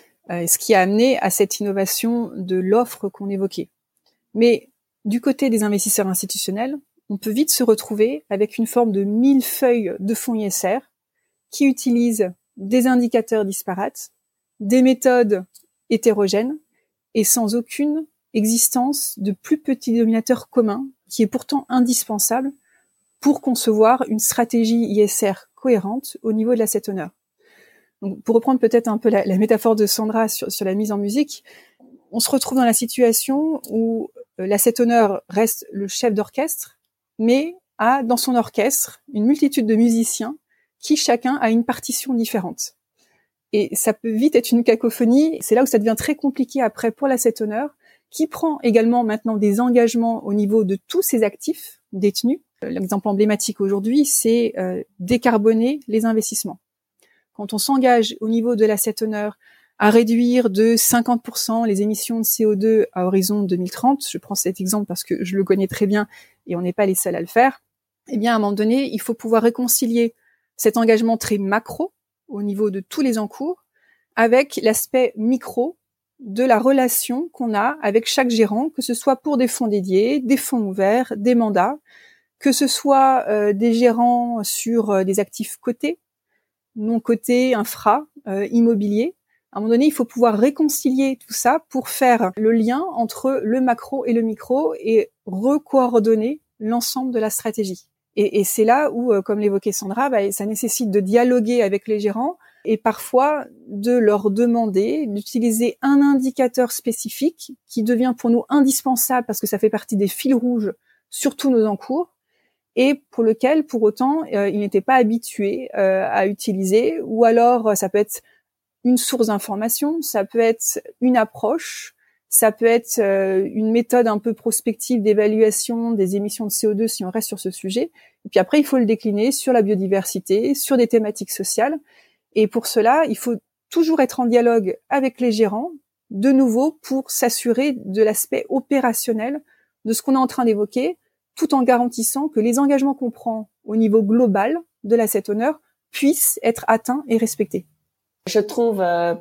ce qui a amené à cette innovation de l'offre qu'on évoquait. Mais du côté des investisseurs institutionnels, on peut vite se retrouver avec une forme de millefeuille de fonds ISR qui utilisent des indicateurs disparates, des méthodes hétérogènes et sans aucune existence de plus petit dénominateur commun qui est pourtant indispensable pour concevoir une stratégie ISR cohérente au niveau de l'asset owner. Donc, pour reprendre peut-être un peu la métaphore de Sandra sur la mise en musique, on se retrouve dans la situation où l'asset owner reste le chef d'orchestre, mais a dans son orchestre une multitude de musiciens qui chacun a une partition différente. Et ça peut vite être une cacophonie. C'est là où ça devient très compliqué après pour l'asset owner, qui prend également maintenant des engagements au niveau de tous ses actifs détenus. L'exemple emblématique aujourd'hui, c'est décarboner les investissements. Quand on s'engage au niveau de l'asset owner à réduire de 50% les émissions de CO2 à horizon 2030, je prends cet exemple parce que je le connais très bien et on n'est pas les seuls à le faire, eh bien à un moment donné, il faut pouvoir réconcilier cet engagement très macro au niveau de tous les encours avec l'aspect micro de la relation qu'on a avec chaque gérant, que ce soit pour des fonds dédiés, des fonds ouverts, des mandats, que ce soit des gérants sur des actifs cotés, non cotés, infra, immobilier. À un moment donné, il faut pouvoir réconcilier tout ça pour faire le lien entre le macro et le micro et recoordonner l'ensemble de la stratégie. Et c'est là où, comme l'évoquait Sandra, ça nécessite de dialoguer avec les gérants et parfois de leur demander d'utiliser un indicateur spécifique qui devient pour nous indispensable parce que ça fait partie des fils rouges sur tous nos encours et pour lequel, pour autant, ils n'étaient pas habitués à utiliser, ou alors ça peut être une source d'information, ça peut être une approche, ça peut être une méthode un peu prospective d'évaluation des émissions de CO2 si on reste sur ce sujet. Et puis après, il faut le décliner sur la biodiversité, sur des thématiques sociales. Et pour cela, il faut toujours être en dialogue avec les gérants, de nouveau, pour s'assurer de l'aspect opérationnel de ce qu'on est en train d'évoquer, tout en garantissant que les engagements qu'on prend au niveau global de l'asset owner puissent être atteints et respectés. Je trouve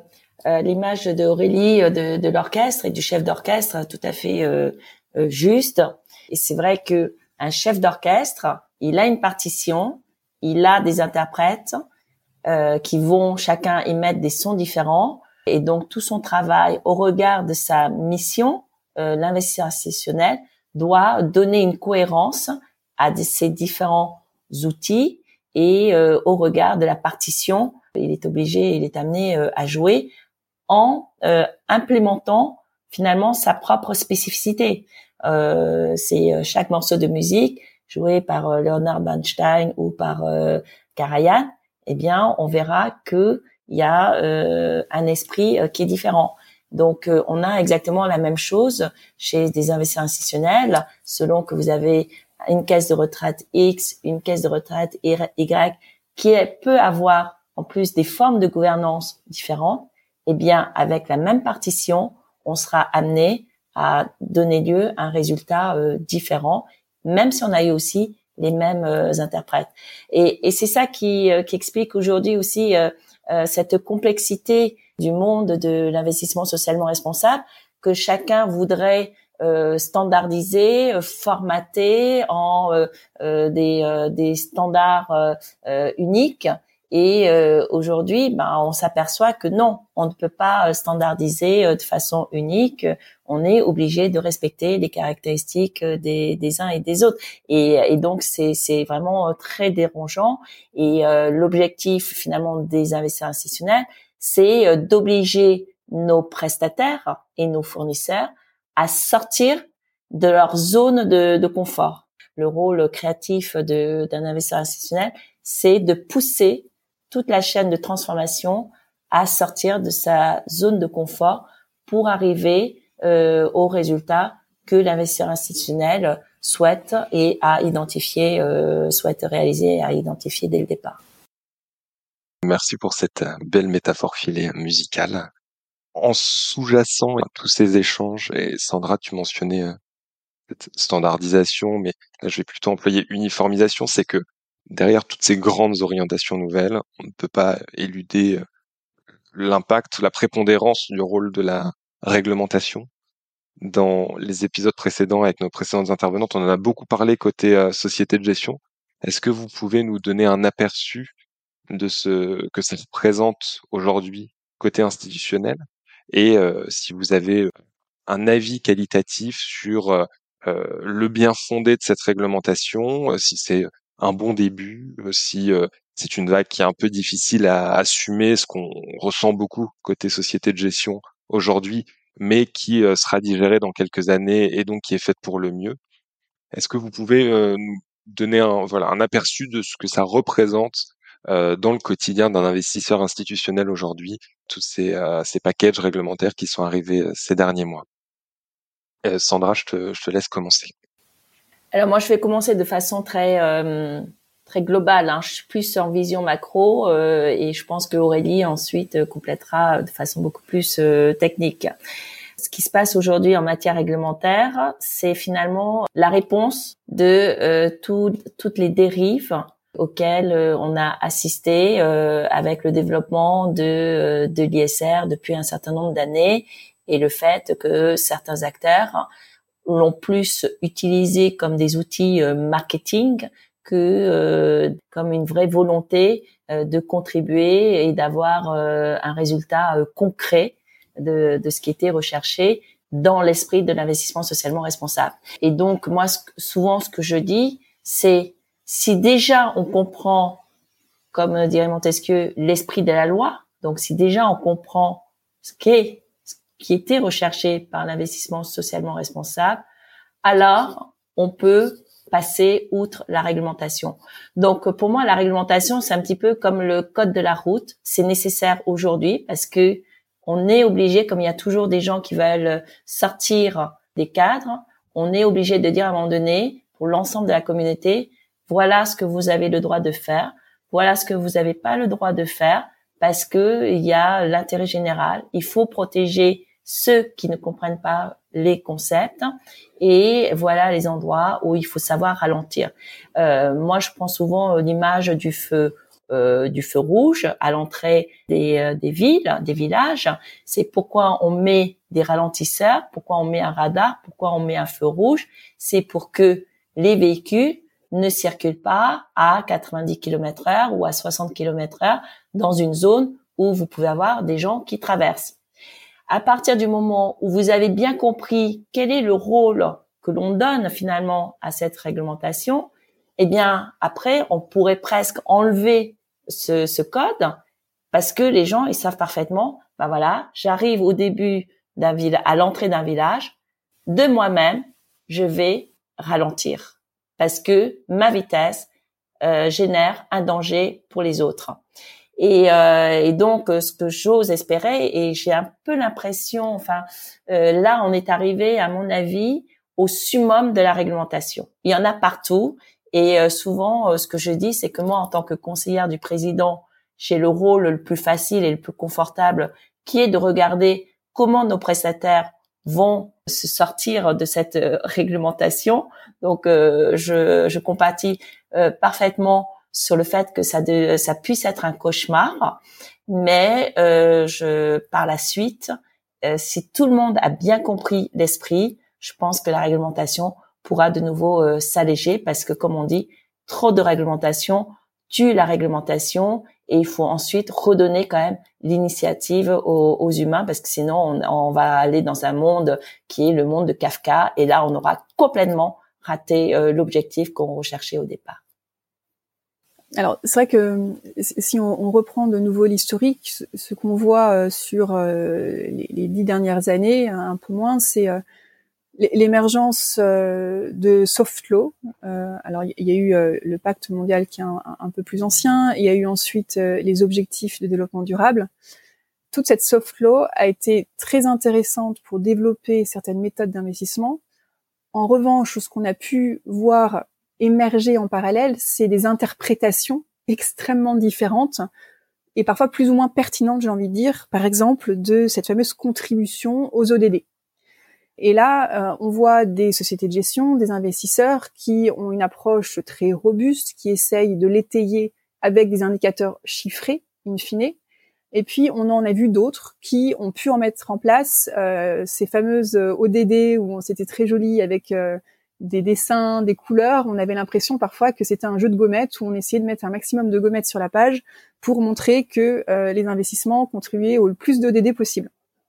l'image d'Aurélie de l'orchestre et du chef d'orchestre tout à fait juste. Et c'est vrai que un chef d'orchestre, il a une partition, il a des interprètes qui vont chacun émettre des sons différents. Et donc tout son travail au regard de sa mission, l'investisseur institutionnel doit donner une cohérence à ces différents outils et au regard de la partition, il est obligé, il est amené à jouer en implémentant finalement sa propre spécificité. C'est chaque morceau de musique joué par Leonard Bernstein ou par Karajan, eh bien on verra que il y a un esprit qui est différent. Donc, on a exactement la même chose chez des investisseurs institutionnels, selon que vous avez une caisse de retraite X, une caisse de retraite Y, peut avoir en plus des formes de gouvernance différentes. Eh bien, avec la même partition, on sera amené à donner lieu à un résultat différent, même si on a eu aussi les mêmes interprètes. Et c'est ça qui explique aujourd'hui aussi cette complexité du monde de l'investissement socialement responsable, que chacun voudrait standardiser, formater en des standards uniques. Et aujourd'hui, on s'aperçoit que non, on ne peut pas standardiser de façon unique. On est obligé de respecter les caractéristiques des uns et des autres. Et donc, c'est vraiment très dérangeant. Et l'objectif finalement des investisseurs institutionnels, c'est d'obliger nos prestataires et nos fournisseurs à sortir de leur zone de confort. Le rôle créatif d'un investisseur institutionnel, c'est de pousser toute la chaîne de transformation à sortir de sa zone de confort pour arriver au résultat que l'investisseur institutionnel souhaite et a identifié, souhaite réaliser et a identifié dès le départ. Merci pour cette belle métaphore filée musicale. En sous-jacent à tous ces échanges, et Sandra, tu mentionnais cette standardisation, mais là je vais plutôt employer uniformisation, c'est que derrière toutes ces grandes orientations nouvelles, on ne peut pas éluder l'impact, la prépondérance du rôle de la réglementation. Dans les épisodes précédents, avec nos précédentes intervenantes, on en a beaucoup parlé côté société de gestion. Est-ce que vous pouvez nous donner un aperçu de ce que ça représente aujourd'hui côté institutionnel, et si vous avez un avis qualitatif sur le bien fondé de cette réglementation, si c'est un bon début, si c'est une vague qui est un peu difficile à assumer, ce qu'on ressent beaucoup côté société de gestion aujourd'hui, mais qui sera digérée dans quelques années et donc qui est faite pour le mieux. Est-ce que vous pouvez nous donner un aperçu de ce que ça représente dans le quotidien d'un investisseur institutionnel aujourd'hui, tous ces packages réglementaires qui sont arrivés ces derniers mois? Sandra, je te laisse commencer. Alors moi, je vais commencer de façon très globale. Je suis plus en vision macro et je pense que Aurélie ensuite complétera de façon beaucoup plus technique. Ce qui se passe aujourd'hui en matière réglementaire, c'est finalement la réponse de toutes les dérives auxquelles on a assisté avec le développement de l'ISR depuis un certain nombre d'années, et le fait que certains acteurs l'ont plus utilisé comme des outils marketing que comme une vraie volonté de contribuer et d'avoir un résultat concret de ce qui était recherché dans l'esprit de l'investissement socialement responsable. Et donc, moi, souvent, ce que je dis, c'est si déjà on comprend, comme dirait Montesquieu, l'esprit de la loi, donc si déjà on comprend ce qui était recherché par l'investissement socialement responsable, alors on peut passer outre la réglementation. Donc, pour moi, la réglementation, c'est un petit peu comme le code de la route. C'est nécessaire aujourd'hui parce que on est obligé, comme il y a toujours des gens qui veulent sortir des cadres, on est obligé de dire à un moment donné, pour l'ensemble de la communauté, voilà ce que vous avez le droit de faire, voilà ce que vous n'avez pas le droit de faire, parce que il y a l'intérêt général. Il faut protéger ceux qui ne comprennent pas les concepts, et voilà les endroits où il faut savoir ralentir. Moi, je prends souvent l'image du feu rouge à l'entrée des villes, des villages. C'est pourquoi on met des ralentisseurs, pourquoi on met un radar, pourquoi on met un feu rouge. C'est pour que les véhicules ne circulent pas à 90 km/h ou à 60 km/h dans une zone où vous pouvez avoir des gens qui traversent. À partir du moment où vous avez bien compris quel est le rôle que l'on donne finalement à cette réglementation, eh bien après on pourrait presque enlever ce code, parce que les gens ils savent parfaitement, voilà, j'arrive au début à l'entrée d'un village, de moi-même je vais ralentir parce que ma vitesse génère un danger pour les autres. Et donc, ce que j'ose espérer, et j'ai un peu l'impression, là, on est arrivé, à mon avis, au summum de la réglementation. Il y en a partout, et souvent, ce que je dis, c'est que moi, en tant que conseillère du président, j'ai le rôle le plus facile et le plus confortable, qui est de regarder comment nos prestataires vont se sortir de cette réglementation. Donc, je compatis parfaitement sur le fait que ça puisse être un cauchemar, mais par la suite, si tout le monde a bien compris l'esprit, je pense que la réglementation pourra de nouveau s'alléger, parce que, comme on dit, trop de réglementation tue la réglementation, et il faut ensuite redonner quand même l'initiative aux humains, parce que sinon on va aller dans un monde qui est le monde de Kafka, et là on aura complètement raté l'objectif qu'on recherchait au départ. Alors, c'est vrai que si on reprend de nouveau l'historique, ce qu'on voit sur les 10 dernières années, un peu moins, c'est l'émergence de soft law. Alors, il y a eu le pacte mondial qui est un peu plus ancien. Il y a eu ensuite les objectifs de développement durable. Toute cette soft law a été très intéressante pour développer certaines méthodes d'investissement. En revanche, ce qu'on a pu voir émerger en parallèle, c'est des interprétations extrêmement différentes et parfois plus ou moins pertinentes, j'ai envie de dire, par exemple, de cette fameuse contribution aux ODD. Et là, on voit des sociétés de gestion, des investisseurs qui ont une approche très robuste, qui essayent de l'étayer avec des indicateurs chiffrés, in fine. Et puis, on en a vu d'autres qui ont pu en mettre en place ces fameuses ODD où c'était très joli avec des dessins, des couleurs. On avait l'impression parfois que c'était un jeu de gommettes où on essayait de mettre un maximum de gommettes sur la page pour montrer que les investissements contribuaient au plus d'ODD possible.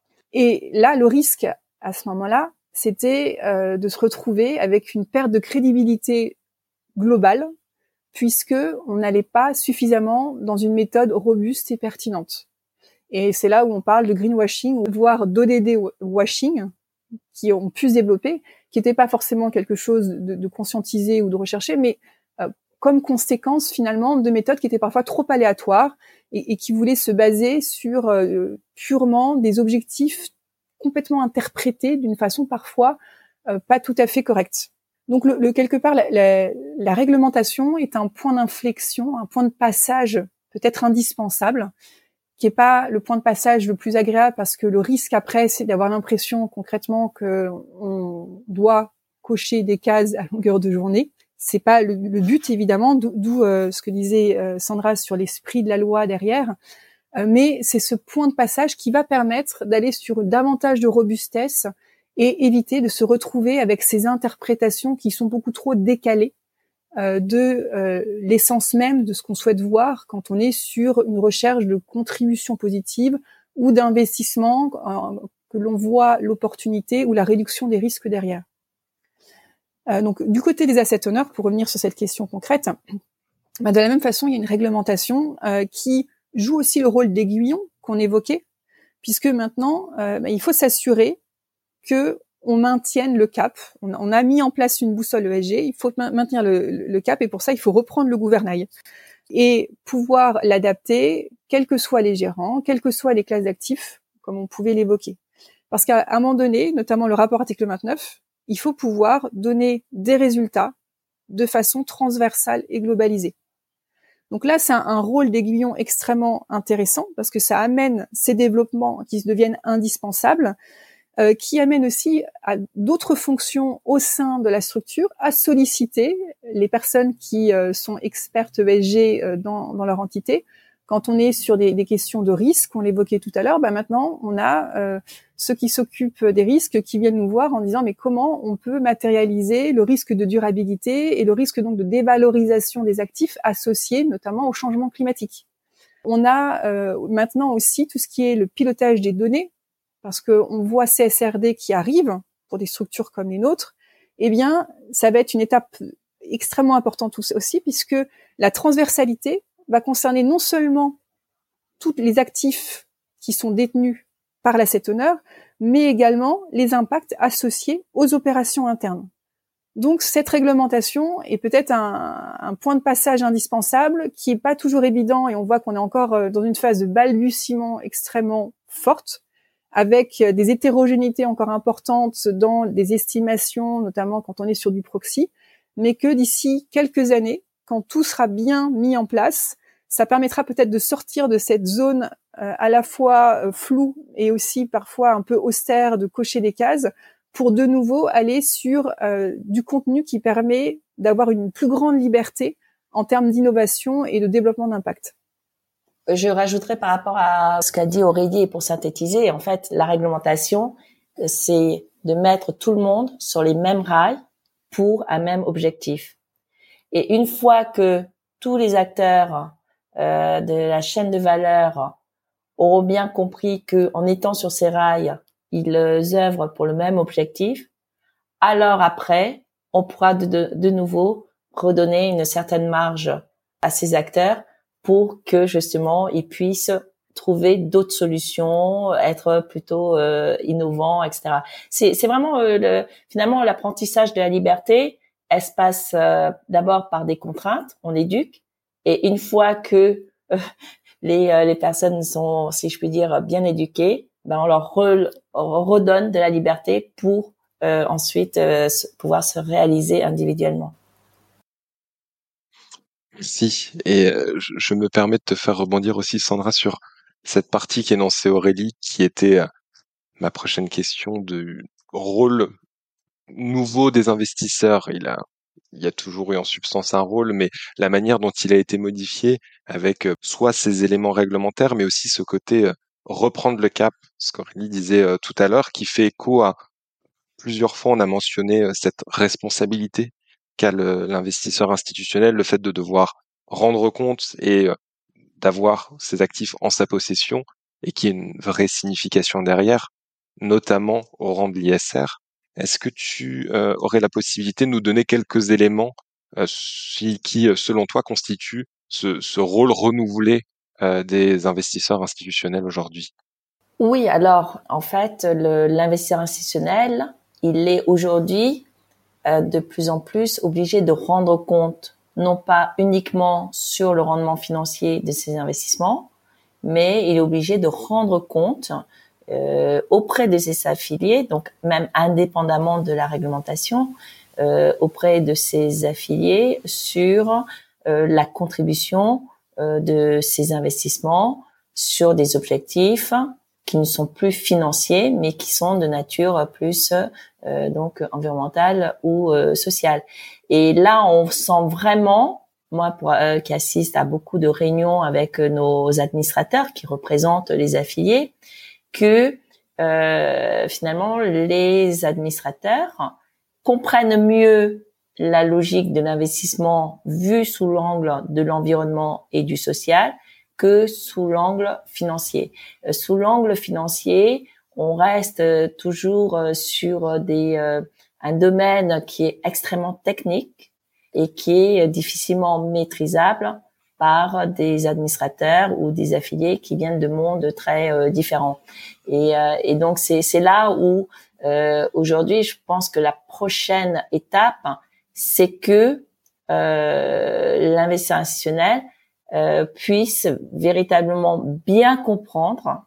Et là, le risque à ce moment-là, c'était de se retrouver avec une perte de crédibilité globale, puisque on n'allait pas suffisamment dans une méthode robuste et pertinente. Et c'est là où on parle de greenwashing, voire d'ODD washing, qui ont pu se développer, qui n'était pas forcément quelque chose de conscientisé ou de recherché, mais comme conséquence finalement de méthodes qui étaient parfois trop aléatoires et qui voulaient se baser sur purement des objectifs complètement interprétés d'une façon parfois pas tout à fait correcte. Donc quelque part, la réglementation est un point d'inflexion, un point de passage peut-être indispensable, qui est pas le point de passage le plus agréable, parce que le risque après, c'est d'avoir l'impression concrètement que on doit cocher des cases à longueur de journée. C'est pas le but, évidemment, d'où ce que disait Sandra sur l'esprit de la loi derrière, mais c'est ce point de passage qui va permettre d'aller sur davantage de robustesse et éviter de se retrouver avec ces interprétations qui sont beaucoup trop décalées de l'essence même de ce qu'on souhaite voir quand on est sur une recherche de contribution positive ou d'investissement, que l'on voit l'opportunité ou la réduction des risques derrière. Donc, du côté des asset owners, pour revenir sur cette question concrète, de la même façon, il y a une réglementation qui joue aussi le rôle d'aiguillon qu'on évoquait, puisque maintenant, il faut s'assurer que on maintienne le cap. On a mis en place une boussole ESG, il faut maintenir le cap, et pour ça, il faut reprendre le gouvernail et pouvoir l'adapter, quels que soient les gérants, quelles que soient les classes d'actifs, comme on pouvait l'évoquer. Parce qu'à un moment donné, notamment le rapport article 29, il faut pouvoir donner des résultats de façon transversale et globalisée. Donc là, c'est un rôle d'aiguillon extrêmement intéressant, parce que ça amène ces développements qui deviennent indispensables, qui amène aussi à d'autres fonctions au sein de la structure à solliciter les personnes qui sont expertes ESG dans leur entité. Quand on est sur des questions de risque, on l'évoquait tout à l'heure, maintenant on a ceux qui s'occupent des risques qui viennent nous voir en disant mais comment on peut matérialiser le risque de durabilité et le risque donc de dévalorisation des actifs associés notamment au changement climatique. On a maintenant aussi tout ce qui est le pilotage des données, parce qu'on voit CSRD qui arrive pour des structures comme les nôtres, eh bien, ça va être une étape extrêmement importante aussi, puisque la transversalité va concerner non seulement tous les actifs qui sont détenus par l'asset owner, mais également les impacts associés aux opérations internes. Donc cette réglementation est peut-être un point de passage indispensable qui est pas toujours évident, et on voit qu'on est encore dans une phase de balbutiement extrêmement forte, avec des hétérogénéités encore importantes dans des estimations, notamment quand on est sur du proxy, mais que d'ici quelques années, quand tout sera bien mis en place, ça permettra peut-être de sortir de cette zone à la fois floue et aussi parfois un peu austère de cocher des cases, pour de nouveau aller sur du contenu qui permet d'avoir une plus grande liberté en termes d'innovation et de développement d'impact. Je rajouterais par rapport à ce qu'a dit Aurélie, et pour synthétiser, en fait, la réglementation, c'est de mettre tout le monde sur les mêmes rails pour un même objectif. Et une fois que tous les acteurs de la chaîne de valeur auront bien compris que, en étant sur ces rails, ils œuvrent pour le même objectif, alors après, on pourra de nouveau redonner une certaine marge à ces acteurs pour que justement ils puissent trouver d'autres solutions, être plutôt innovants, etc. C'est vraiment finalement l'apprentissage de la liberté. Elle se passe d'abord par des contraintes, on éduque, et une fois que les personnes sont, si je puis dire, bien éduquées, ben on leur redonne de la liberté pour ensuite pouvoir se réaliser individuellement. Si, et je me permets de te faire rebondir aussi, Sandra, sur cette partie qu'énonçait Aurélie, qui était ma prochaine question, du rôle nouveau des investisseurs. Il y a toujours eu en substance un rôle, mais la manière dont il a été modifié, avec soit ces éléments réglementaires, mais aussi ce côté reprendre le cap, ce qu'Aurélie disait tout à l'heure, qui fait écho à plusieurs fois on a mentionné cette responsabilité qu'a l'investisseur institutionnel, le fait de devoir rendre compte et d'avoir ses actifs en sa possession, et qui est une vraie signification derrière, notamment au rang de l'ISR. Est-ce que tu aurais la possibilité de nous donner quelques éléments qui, selon toi, constituent ce rôle renouvelé des investisseurs institutionnels aujourd'hui? Oui, alors en fait, l'investisseur institutionnel, il est aujourd'hui de plus en plus obligé de rendre compte, non pas uniquement sur le rendement financier de ses investissements, mais il est obligé de rendre compte auprès de ses affiliés, donc même indépendamment de la réglementation, auprès de ses affiliés sur la contribution de ses investissements sur des objectifs qui ne sont plus financiers, mais qui sont de nature plus donc environnementale ou sociale. Et là, on sent vraiment, moi qui assiste à beaucoup de réunions avec nos administrateurs qui représentent les affiliés, que finalement les administrateurs comprennent mieux la logique de l'investissement vu sous l'angle de l'environnement et du social que sous l'angle financier. Sous l'angle financier, on reste toujours sur un domaine qui est extrêmement technique et qui est difficilement maîtrisable par des administrateurs ou des affiliés qui viennent de mondes très différents. Et donc c'est là où aujourd'hui je pense que la prochaine étape, c'est que l'investisseur institutionnel puisse véritablement bien comprendre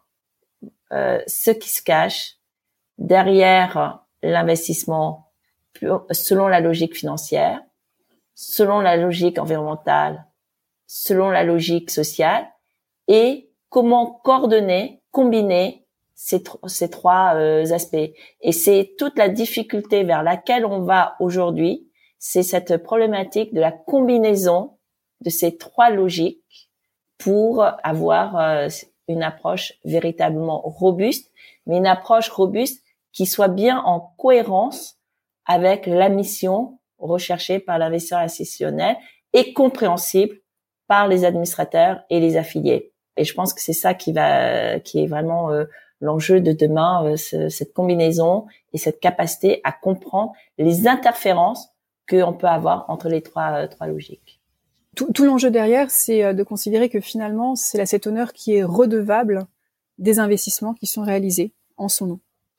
ce qui se cache derrière l'investissement selon la logique financière, selon la logique environnementale, selon la logique sociale, et comment coordonner, combiner ces trois aspects. Et c'est toute la difficulté vers laquelle on va aujourd'hui, c'est cette problématique de la combinaison de ces trois logiques pour avoir une approche véritablement robuste, mais une approche robuste qui soit bien en cohérence avec la mission recherchée par l'investisseur institutionnel et compréhensible par les administrateurs et les affiliés. Et je pense que c'est ça qui est vraiment l'enjeu de demain, cette combinaison et cette capacité à comprendre les interférences qu'on peut avoir entre les trois logiques. Tout l'enjeu derrière, c'est de considérer que finalement, c'est l'asset owner qui est redevable des investissements qui sont réalisés en son nom.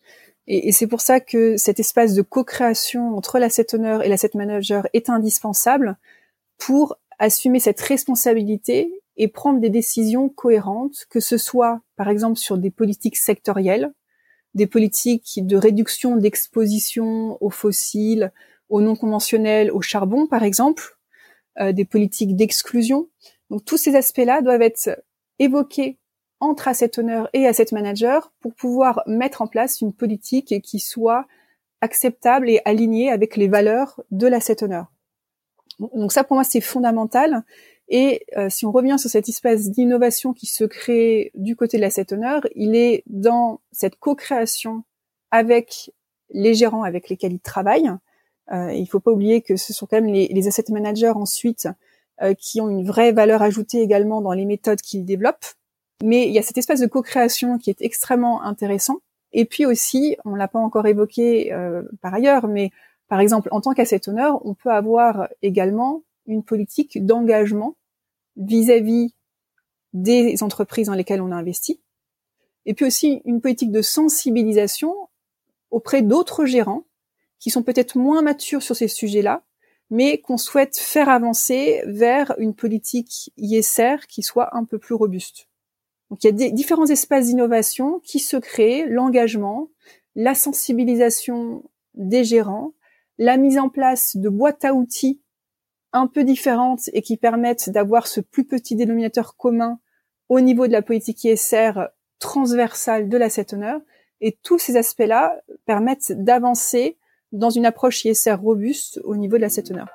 Et c'est pour ça que cet espace de co-création entre l'asset owner et l'asset manager est indispensable pour assumer cette responsabilité et prendre des décisions cohérentes, que ce soit, par exemple, sur des politiques sectorielles, des politiques de réduction d'exposition aux fossiles, aux non conventionnels, au charbon, par exemple, des politiques d'exclusion. Donc, tous ces aspects-là doivent être évoqués entre asset owner et asset manager pour pouvoir mettre en place une politique qui soit acceptable et alignée avec les valeurs de l'asset owner. Donc ça, pour moi, c'est fondamental. Et si on revient sur cet espace d'innovation qui se crée du côté de l'asset owner, il est dans cette co-création avec les gérants avec lesquels il travaille. Il faut pas oublier que ce sont quand même les asset managers ensuite qui ont une vraie valeur ajoutée également dans les méthodes qu'ils développent. Mais il y a cet espace de co-création qui est extrêmement intéressant. Et puis aussi, on l'a pas encore évoqué par ailleurs, mais par exemple, en tant qu'asset owner, on peut avoir également une politique d'engagement vis-à-vis des entreprises dans lesquelles on a investi. Et puis aussi une politique de sensibilisation auprès d'autres gérants qui sont peut-être moins matures sur ces sujets-là, mais qu'on souhaite faire avancer vers une politique ISR qui soit un peu plus robuste. Donc il y a différents espaces d'innovation qui se créent, l'engagement, la sensibilisation des gérants, la mise en place de boîtes à outils un peu différentes et qui permettent d'avoir ce plus petit dénominateur commun au niveau de la politique ISR transversale de l'asset owner. Et tous ces aspects-là permettent d'avancer dans une approche ISR robuste au niveau de l'asset owner.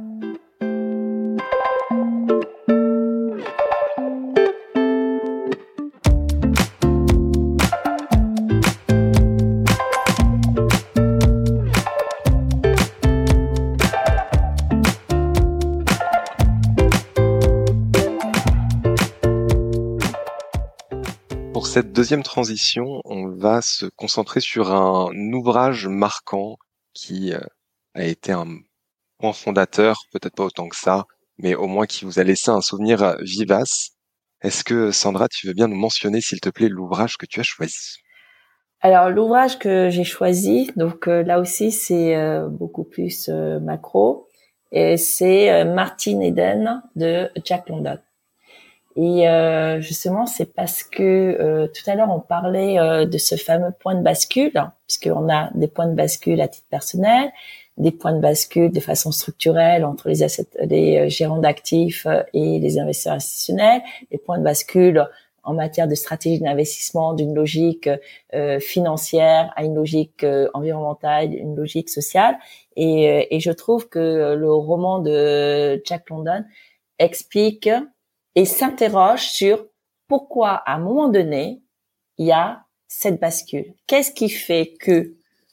Pour cette deuxième transition, on va se concentrer sur un ouvrage marquant qui a été un point fondateur, peut-être pas autant que ça, mais au moins qui vous a laissé un souvenir vivace. Est-ce que Sandra, tu veux bien nous mentionner, s'il te plaît, l'ouvrage que tu as choisi? Alors l'ouvrage que j'ai choisi, donc là aussi c'est beaucoup plus macro, et c'est Martin Eden de Jack London. Et justement, c'est parce que tout à l'heure on parlait de ce fameux point de bascule, puisqu'on a des points de bascule à titre personnel, des points de bascule de façon structurelle entre les gérants d'actifs et les investisseurs institutionnels, des points de bascule en matière de stratégie d'investissement d'une logique financière à une logique environnementale, une logique sociale. Et je trouve que le roman de Jack London explique et s'interroge sur pourquoi, à un moment donné, il y a cette bascule. Qu'est-ce qui fait que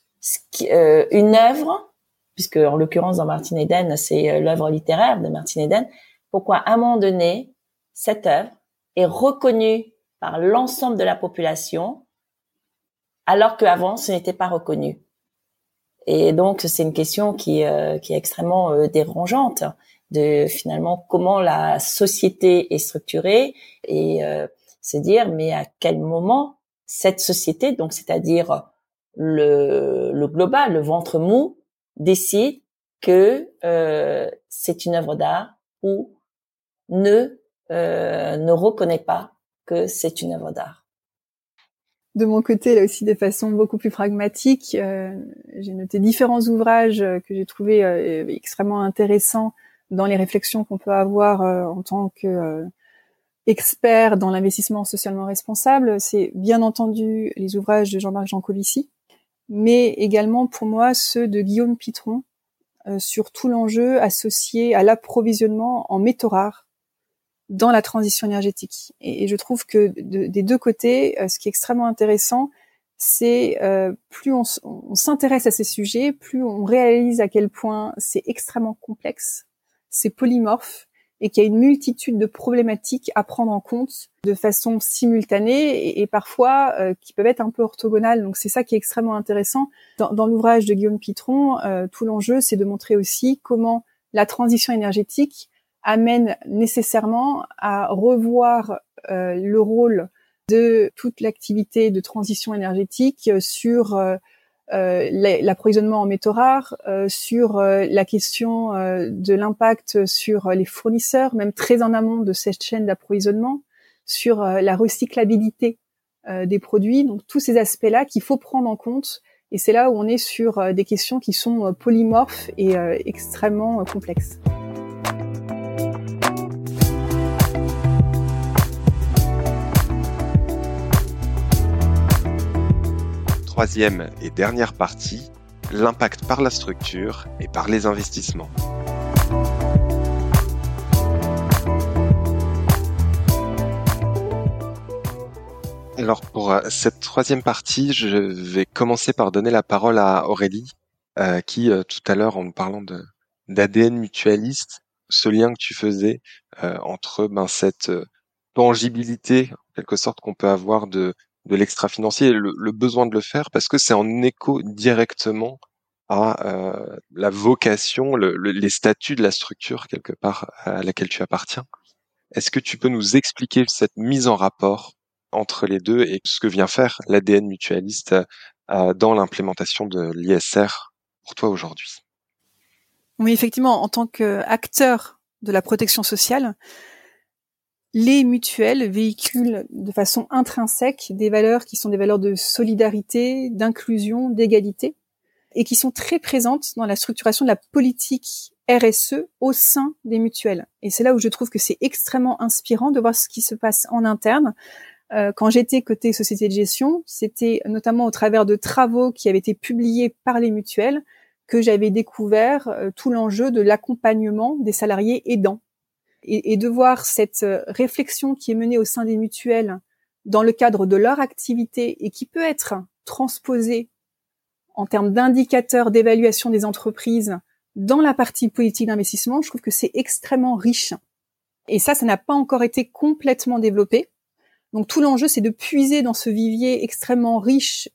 une œuvre, puisque en l'occurrence dans Martin Eden, c'est l'œuvre littéraire de Martin Eden, pourquoi à un moment donné, cette œuvre est reconnue par l'ensemble de la population, alors qu'avant, ce n'était pas reconnu. Et donc, c'est une question qui est extrêmement dérangeante, de finalement comment la société est structurée et se dire mais à quel moment cette société, donc c'est-à-dire le global, le ventre mou, décide que c'est une œuvre d'art ou ne reconnaît pas que c'est une œuvre d'art. De mon côté, là aussi, de façon beaucoup plus pragmatique, j'ai noté différents ouvrages que j'ai trouvés extrêmement intéressants dans les réflexions qu'on peut avoir en tant que expert dans l'investissement socialement responsable. C'est bien entendu les ouvrages de Jean-Marc Jancovici, mais également pour moi ceux de Guillaume Pitron sur tout l'enjeu associé à l'approvisionnement en métaux rares dans la transition énergétique. Et je trouve que des deux côtés, ce qui est extrêmement intéressant, c'est plus on s'intéresse à ces sujets, plus on réalise à quel point c'est extrêmement complexe, c'est polymorphe, et qu'il y a une multitude de problématiques à prendre en compte de façon simultanée et parfois qui peuvent être un peu orthogonales. Donc c'est ça qui est extrêmement intéressant. Dans l'ouvrage de Guillaume Pitron, tout l'enjeu, c'est de montrer aussi comment la transition énergétique amène nécessairement à revoir le rôle de toute l'activité de transition énergétique sur l'approvisionnement en métaux rares, sur la question de l'impact sur les fournisseurs, même très en amont de cette chaîne d'approvisionnement, sur la recyclabilité des produits. Donc tous ces aspects-là qu'il faut prendre en compte. Et c'est là où on est sur des questions qui sont polymorphes et extrêmement complexes. Troisième et dernière partie, l'impact par la structure et par les investissements. Alors pour cette troisième partie, je vais commencer par donner la parole à Aurélie, qui tout à l'heure, en nous parlant d'ADN mutualiste, ce lien que tu faisais entre cette tangibilité, en quelque sorte, qu'on peut avoir de l'extra-financier et le besoin de le faire, parce que c'est en écho directement à la vocation, les statuts de la structure, quelque part, à laquelle tu appartiens. Est-ce que tu peux nous expliquer cette mise en rapport entre les deux et ce que vient faire l'ADN mutualiste dans l'implémentation de l'ISR pour toi aujourd'hui? Oui, effectivement, en tant qu'acteur de la protection sociale, les mutuelles véhiculent de façon intrinsèque des valeurs qui sont des valeurs de solidarité, d'inclusion, d'égalité, et qui sont très présentes dans la structuration de la politique RSE au sein des mutuelles. Et c'est là où je trouve que c'est extrêmement inspirant de voir ce qui se passe en interne. Quand j'étais côté société de gestion, c'était notamment au travers de travaux qui avaient été publiés par les mutuelles que j'avais découvert tout l'enjeu de l'accompagnement des salariés aidants. Et de voir cette réflexion qui est menée au sein des mutuelles dans le cadre de leur activité et qui peut être transposée en termes d'indicateurs d'évaluation des entreprises dans la partie politique d'investissement, je trouve que c'est extrêmement riche. Et ça n'a pas encore été complètement développé. Donc tout l'enjeu, c'est de puiser dans ce vivier extrêmement riche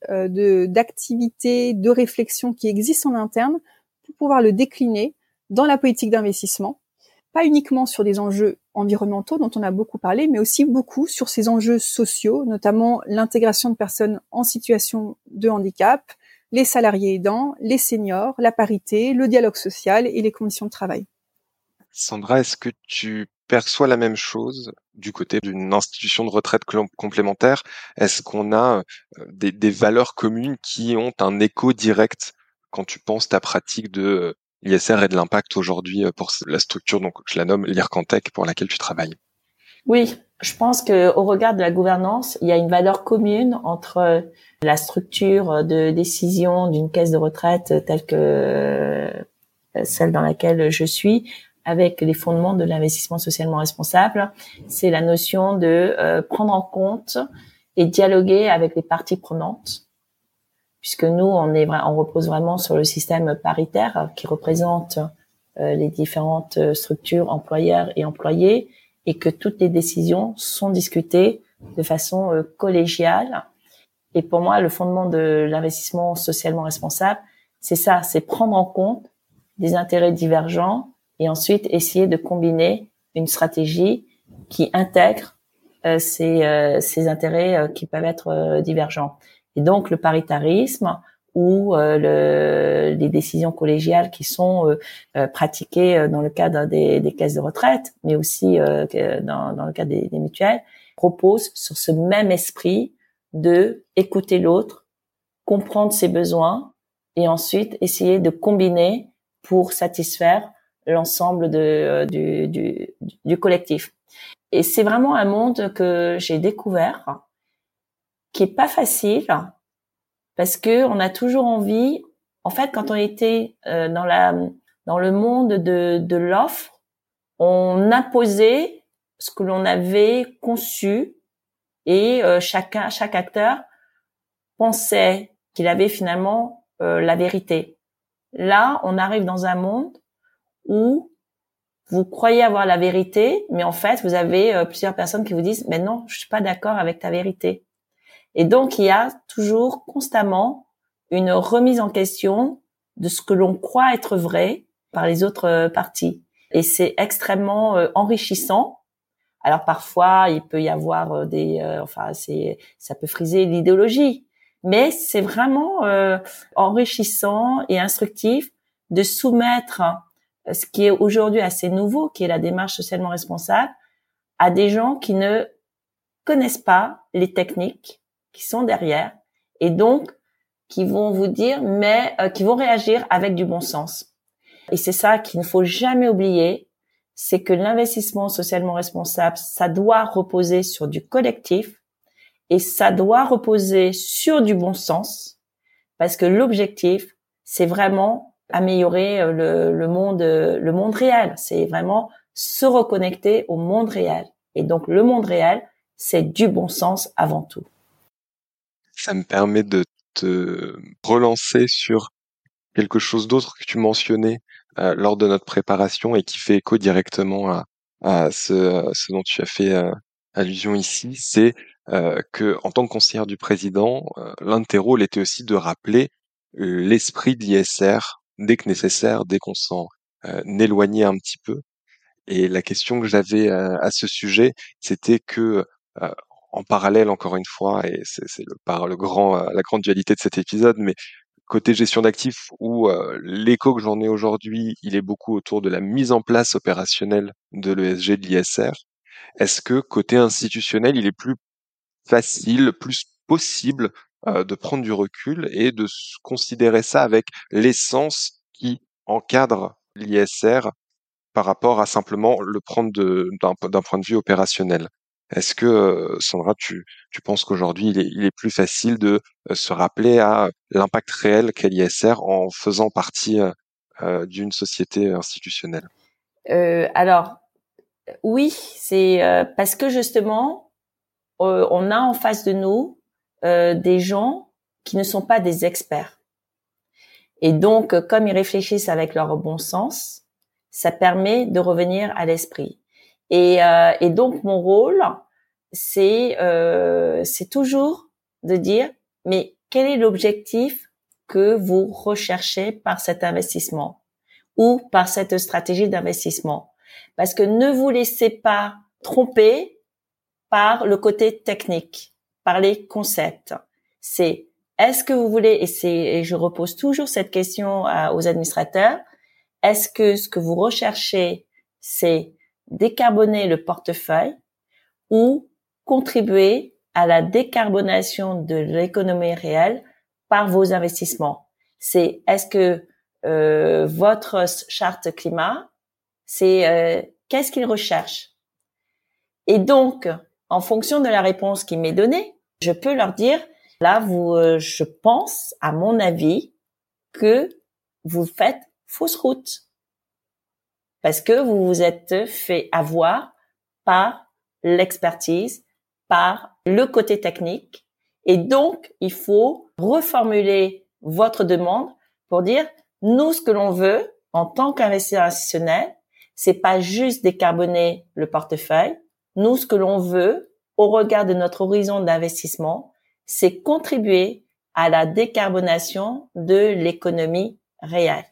d'activités, de réflexions qui existent en interne pour pouvoir le décliner dans la politique d'investissement. Pas uniquement sur des enjeux environnementaux dont on a beaucoup parlé, mais aussi beaucoup sur ces enjeux sociaux, notamment l'intégration de personnes en situation de handicap, les salariés aidants, les seniors, la parité, le dialogue social et les conditions de travail. Sandra, est-ce que tu perçois la même chose du côté d'une institution de retraite complémentaire? Est-ce qu'on a des valeurs communes qui ont un écho direct quand tu penses ta pratique de l'ISR et de l'impact aujourd'hui pour la structure, donc je la nomme l'IRCANTEC, pour laquelle tu travailles? Oui, je pense que au regard de la gouvernance, il y a une valeur commune entre la structure de décision d'une caisse de retraite telle que celle dans laquelle je suis, avec les fondements de l'investissement socialement responsable. C'est la notion de prendre en compte et dialoguer avec les parties prenantes, puisque nous, on repose vraiment sur le système paritaire qui représente les différentes structures employeurs et employés, et que toutes les décisions sont discutées de façon collégiale. Et pour moi, le fondement de l'investissement socialement responsable, c'est ça, c'est prendre en compte des intérêts divergents et ensuite essayer de combiner une stratégie qui intègre ces intérêts qui peuvent être divergents. Et donc, le paritarisme ou les décisions collégiales qui sont pratiquées dans le cadre des caisses de retraite, mais aussi dans le cadre des mutuelles, proposent sur ce même esprit de écouter l'autre, comprendre ses besoins et ensuite essayer de combiner pour satisfaire l'ensemble du collectif. Et c'est vraiment un monde que j'ai découvert, qui est pas facile, parce que on a toujours envie, en fait, quand on était dans le monde de l'offre, on imposait ce que l'on avait conçu et chaque acteur pensait qu'il avait finalement la vérité. Là, on arrive dans un monde où vous croyez avoir la vérité, mais en fait, vous avez plusieurs personnes qui vous disent « Mais non, je suis pas d'accord avec ta vérité ». Et donc, il y a toujours constamment une remise en question de ce que l'on croit être vrai par les autres parties. Et c'est extrêmement enrichissant. Alors parfois, il peut y avoir ça peut friser l'idéologie, Mais c'est vraiment enrichissant et instructif de soumettre ce qui est aujourd'hui assez nouveau, qui est la démarche socialement responsable, à des gens qui ne connaissent pas les techniques qui sont derrière et donc qui vont vous dire, mais qui vont réagir avec du bon sens. Et c'est ça qu'il ne faut jamais oublier, c'est que l'investissement socialement responsable, ça doit reposer sur du collectif et ça doit reposer sur du bon sens, parce que l'objectif, c'est vraiment améliorer le monde réel. C'est vraiment se reconnecter au monde réel. Et donc, le monde réel, c'est du bon sens avant tout. Ça me permet de te relancer sur quelque chose d'autre que tu mentionnais lors de notre préparation et qui fait écho directement à ce dont tu as fait allusion ici, c'est que en tant que conseillère du président, l'un de tes rôles était aussi de rappeler l'esprit de l'ISR dès que nécessaire, dès qu'on s'en éloignait un petit peu. Et la question que j'avais à ce sujet, c'était que euh, en parallèle, encore une fois, et c'est la grande dualité de cet épisode, mais côté gestion d'actifs, où l'écho que j'en ai aujourd'hui, il est beaucoup autour de la mise en place opérationnelle de l'ESG de l'ISR. Est-ce que côté institutionnel, il est plus facile, plus possible de prendre du recul et de considérer ça avec l'essence qui encadre l'ISR par rapport à simplement le prendre d'un point de vue opérationnel? Est-ce que, Sandra, tu penses qu'aujourd'hui, il est plus facile de se rappeler à l'impact réel qu'a l'ISR en faisant partie d'une société institutionnelle? Alors, oui, c'est parce que justement, on a en face de nous des gens qui ne sont pas des experts. Et donc, comme ils réfléchissent avec leur bon sens, ça permet de revenir à l'esprit. Et donc, mon rôle, c'est toujours de dire, mais quel est l'objectif que vous recherchez par cet investissement ou par cette stratégie d'investissement? Parce que ne vous laissez pas tromper par le côté technique, par les concepts. C'est est-ce que vous voulez, et je repose toujours cette question aux administrateurs, est-ce que ce que vous recherchez, c'est décarboner le portefeuille ou contribuer à la décarbonation de l'économie réelle par vos investissements? C'est est-ce que votre charte climat, c'est qu'est-ce qu'il recherche? Et donc, en fonction de la réponse qui m'est donnée, je peux leur dire, là, je pense, à mon avis, que vous faites fausse route. Parce que vous vous êtes fait avoir par l'expertise, par le côté technique. Et donc, il faut reformuler votre demande pour dire, nous, ce que l'on veut, en tant qu'investisseur institutionnel, c'est pas juste décarboner le portefeuille. Nous, ce que l'on veut, au regard de notre horizon d'investissement, c'est contribuer à la décarbonation de l'économie réelle.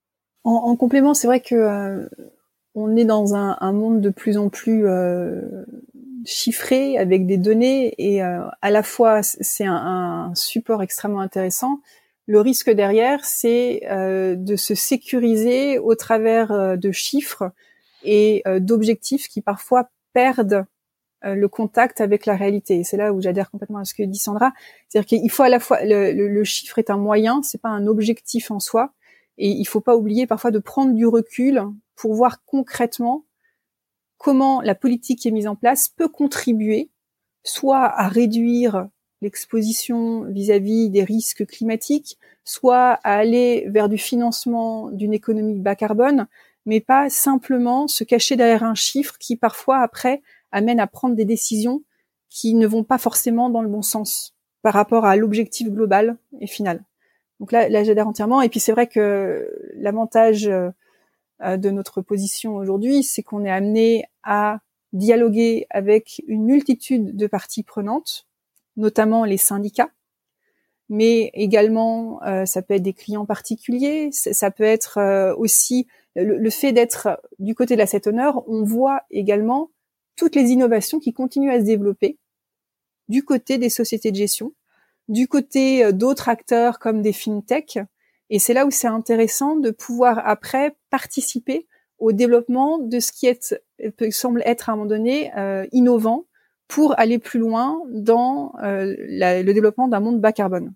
En complément, c'est vrai que on est dans un monde de plus en plus chiffré avec des données et à la fois c'est un support extrêmement intéressant. Le risque derrière, c'est de se sécuriser au travers de chiffres et d'objectifs qui parfois perdent le contact avec la réalité. Et c'est là où j'adhère complètement à ce que dit Sandra. C'est-à-dire qu'il faut à la fois le chiffre est un moyen, c'est pas un objectif en soi. Et il faut pas oublier parfois de prendre du recul pour voir concrètement comment la politique qui est mise en place peut contribuer soit à réduire l'exposition vis-à-vis des risques climatiques, soit à aller vers du financement d'une économie bas carbone, mais pas simplement se cacher derrière un chiffre qui parfois après amène à prendre des décisions qui ne vont pas forcément dans le bon sens par rapport à l'objectif global et final. Donc là j'adhère entièrement. Et puis c'est vrai que l'avantage de notre position aujourd'hui, c'est qu'on est amené à dialoguer avec une multitude de parties prenantes, notamment les syndicats, mais également ça peut être des clients particuliers, ça peut être aussi le fait d'être du côté de l'asset owner, on voit également toutes les innovations qui continuent à se développer du côté des sociétés de gestion. du côté d'autres acteurs comme des fintechs. Et c'est là où c'est intéressant de pouvoir après participer au développement de ce qui semble être à un moment donné innovant pour aller plus loin dans le développement d'un monde bas carbone.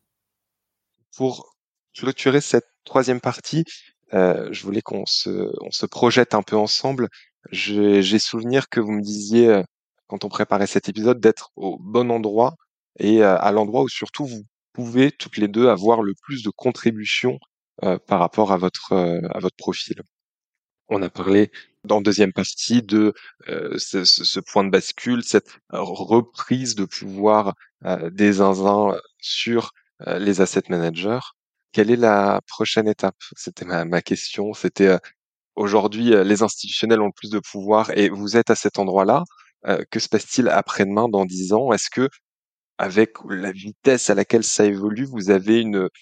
Pour clôturer cette troisième partie, je voulais qu'on se projette un peu ensemble. J'ai souvenir que vous me disiez, quand on préparait cet épisode, d'être au bon endroit et à l'endroit où surtout vous pouvez toutes les deux avoir le plus de contributions par rapport à votre profil. On a parlé dans deuxième partie de ce point de bascule, cette reprise de pouvoir des zinzins sur les asset managers. Quelle est la prochaine étape? C'était ma question. C'était aujourd'hui, les institutionnels ont le plus de pouvoir et vous êtes à cet endroit-là. Que se passe-t-il après-demain, dans 10 ans? Est-ce que, avec la vitesse à laquelle ça évolue, vous avez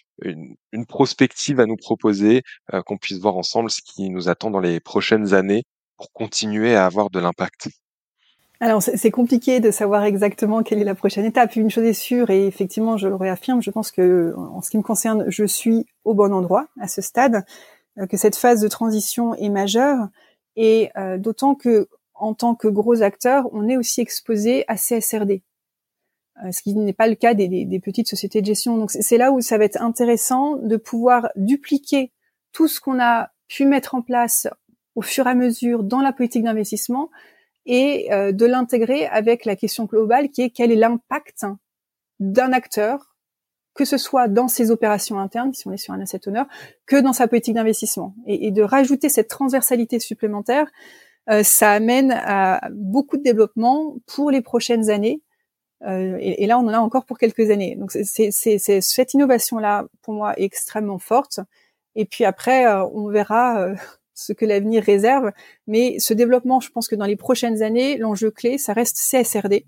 une prospective à nous proposer, qu'on puisse voir ensemble ce qui nous attend dans les prochaines années pour continuer à avoir de l'impact? Alors c'est compliqué de savoir exactement quelle est la prochaine étape. Une chose est sûre, et effectivement je le réaffirme, je pense que en ce qui me concerne, je suis au bon endroit à ce stade, que cette phase de transition est majeure, et d'autant que en tant que gros acteur, on est aussi exposé à CSRD. Ce qui n'est pas le cas des petites sociétés de gestion. Donc c'est là où ça va être intéressant de pouvoir dupliquer tout ce qu'on a pu mettre en place au fur et à mesure dans la politique d'investissement et de l'intégrer avec la question globale qui est quel est l'impact d'un acteur, que ce soit dans ses opérations internes, si on est sur un asset owner, que dans sa politique d'investissement. Et de rajouter cette transversalité supplémentaire, ça amène à beaucoup de développement pour les prochaines années. Et là, on en a encore pour quelques années. Donc, c'est cette innovation-là, pour moi, est extrêmement forte. Et puis après, on verra ce que l'avenir réserve. Mais ce développement, je pense que dans les prochaines années, l'enjeu clé, ça reste CSRD.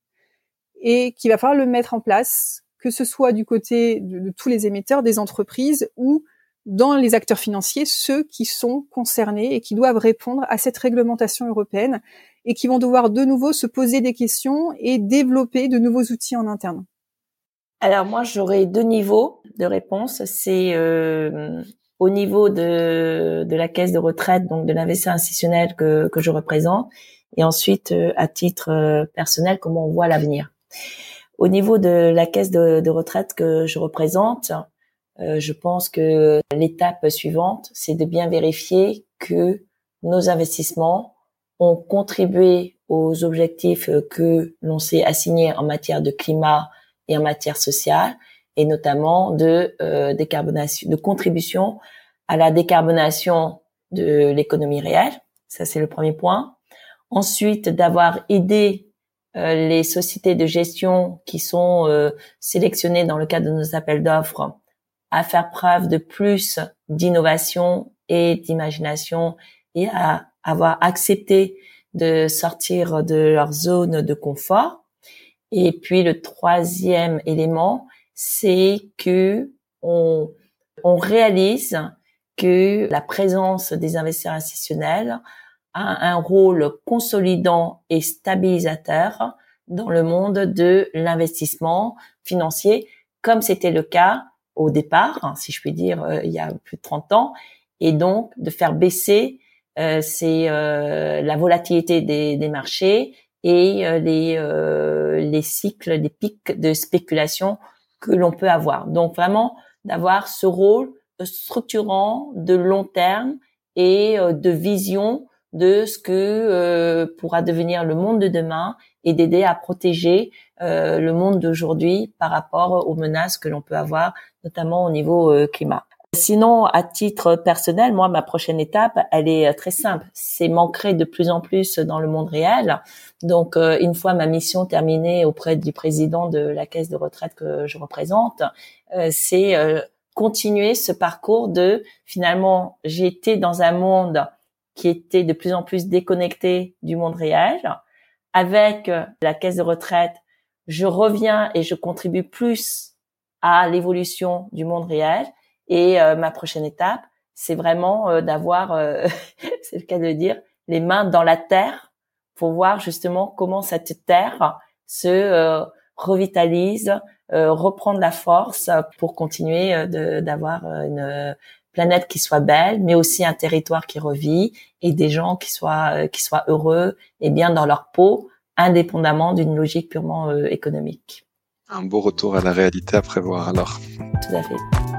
Et qu'il va falloir le mettre en place, que ce soit du côté de tous les émetteurs, des entreprises, ou dans les acteurs financiers, ceux qui sont concernés et qui doivent répondre à cette réglementation européenne et qui vont devoir de nouveau se poser des questions et développer de nouveaux outils en interne. Alors moi, j'aurais 2 niveaux de réponse. C'est au niveau de la caisse de retraite, donc de l'investisseur institutionnel que je représente, et ensuite à titre personnel, comment on voit l'avenir. Au niveau de la caisse de retraite que je représente, je pense que l'étape suivante, c'est de bien vérifier que nos investissements ont contribué aux objectifs que l'on s'est assignés en matière de climat et en matière sociale, et notamment de décarbonation, de contribution à la décarbonation de l'économie réelle. Ça, c'est le premier point. Ensuite, d'avoir aidé les sociétés de gestion qui sont sélectionnées dans le cadre de nos appels d'offres à faire preuve de plus d'innovation et d'imagination et à avoir accepté de sortir de leur zone de confort. Et puis le troisième élément, c'est que on réalise que la présence des investisseurs institutionnels a un rôle consolidant et stabilisateur dans le monde de l'investissement financier, comme c'était le cas au départ, si je puis dire, il y a plus de 30 ans, et donc de faire baisser la volatilité des marchés et les cycles, les pics de spéculation que l'on peut avoir. Donc vraiment d'avoir ce rôle structurant de long terme et de vision de ce que pourra devenir le monde de demain et d'aider à protéger le monde d'aujourd'hui par rapport aux menaces que l'on peut avoir, notamment au niveau climat. Sinon, à titre personnel, moi, ma prochaine étape, elle est très simple. C'est m'ancrer de plus en plus dans le monde réel. Donc, une fois ma mission terminée auprès du président de la caisse de retraite que je représente, c'est continuer ce parcours de, finalement, j'étais dans un monde qui était de plus en plus déconnecté du monde réel. Avec la caisse de retraite, je reviens et je contribue plus à l'évolution du monde réel. Et ma prochaine étape, c'est vraiment d'avoir, c'est le cas de dire, les mains dans la terre pour voir justement comment cette terre se revitalise, reprend de la force pour continuer d'avoir une planète qui soit belle, mais aussi un territoire qui revit et des gens qui soient heureux et bien dans leur peau, indépendamment d'une logique purement économique. Un beau retour à la réalité à prévoir alors. Tout à fait.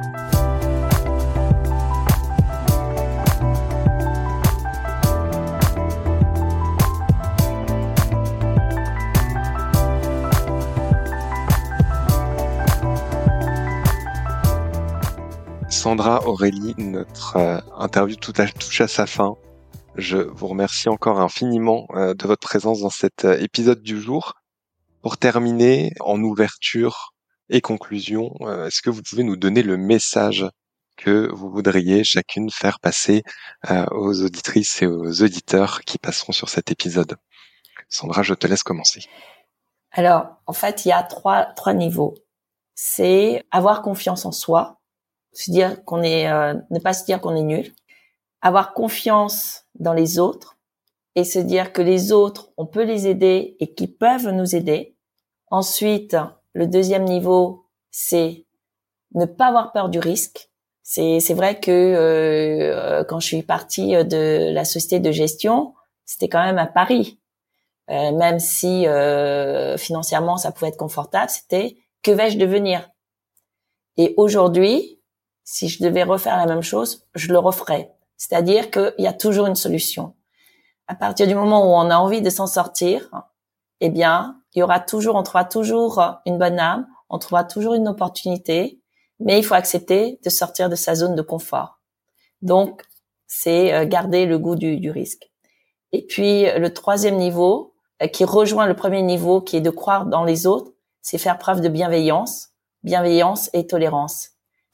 Sandra, Aurélie, notre interview touche à sa fin. Je vous remercie encore infiniment de votre présence dans cet épisode du jour. Pour terminer, en ouverture et conclusion, est-ce que vous pouvez nous donner le message que vous voudriez chacune faire passer aux auditrices et aux auditeurs qui passeront sur cet épisode? Sandra, je te laisse commencer. Alors, en fait, il y a trois niveaux. C'est avoir confiance en soi, se dire qu'on est, ne pas se dire qu'on est nul, avoir confiance dans les autres et se dire que les autres, on peut les aider et qu'ils peuvent nous aider. Ensuite, le deuxième niveau, c'est ne pas avoir peur du risque. C'est vrai que quand je suis partie de la société de gestion, c'était quand même un pari. Même si financièrement ça pouvait être confortable, c'était que vais-je devenir? Et aujourd'hui, si je devais refaire la même chose, je le referais. C'est-à-dire qu'il y a toujours une solution. À partir du moment où on a envie de s'en sortir, eh bien, on trouvera toujours une bonne âme, on trouvera toujours une opportunité, mais il faut accepter de sortir de sa zone de confort. Donc, c'est garder le goût du risque. Et puis, le troisième niveau, qui rejoint le premier niveau, qui est de croire dans les autres, c'est faire preuve de bienveillance et tolérance.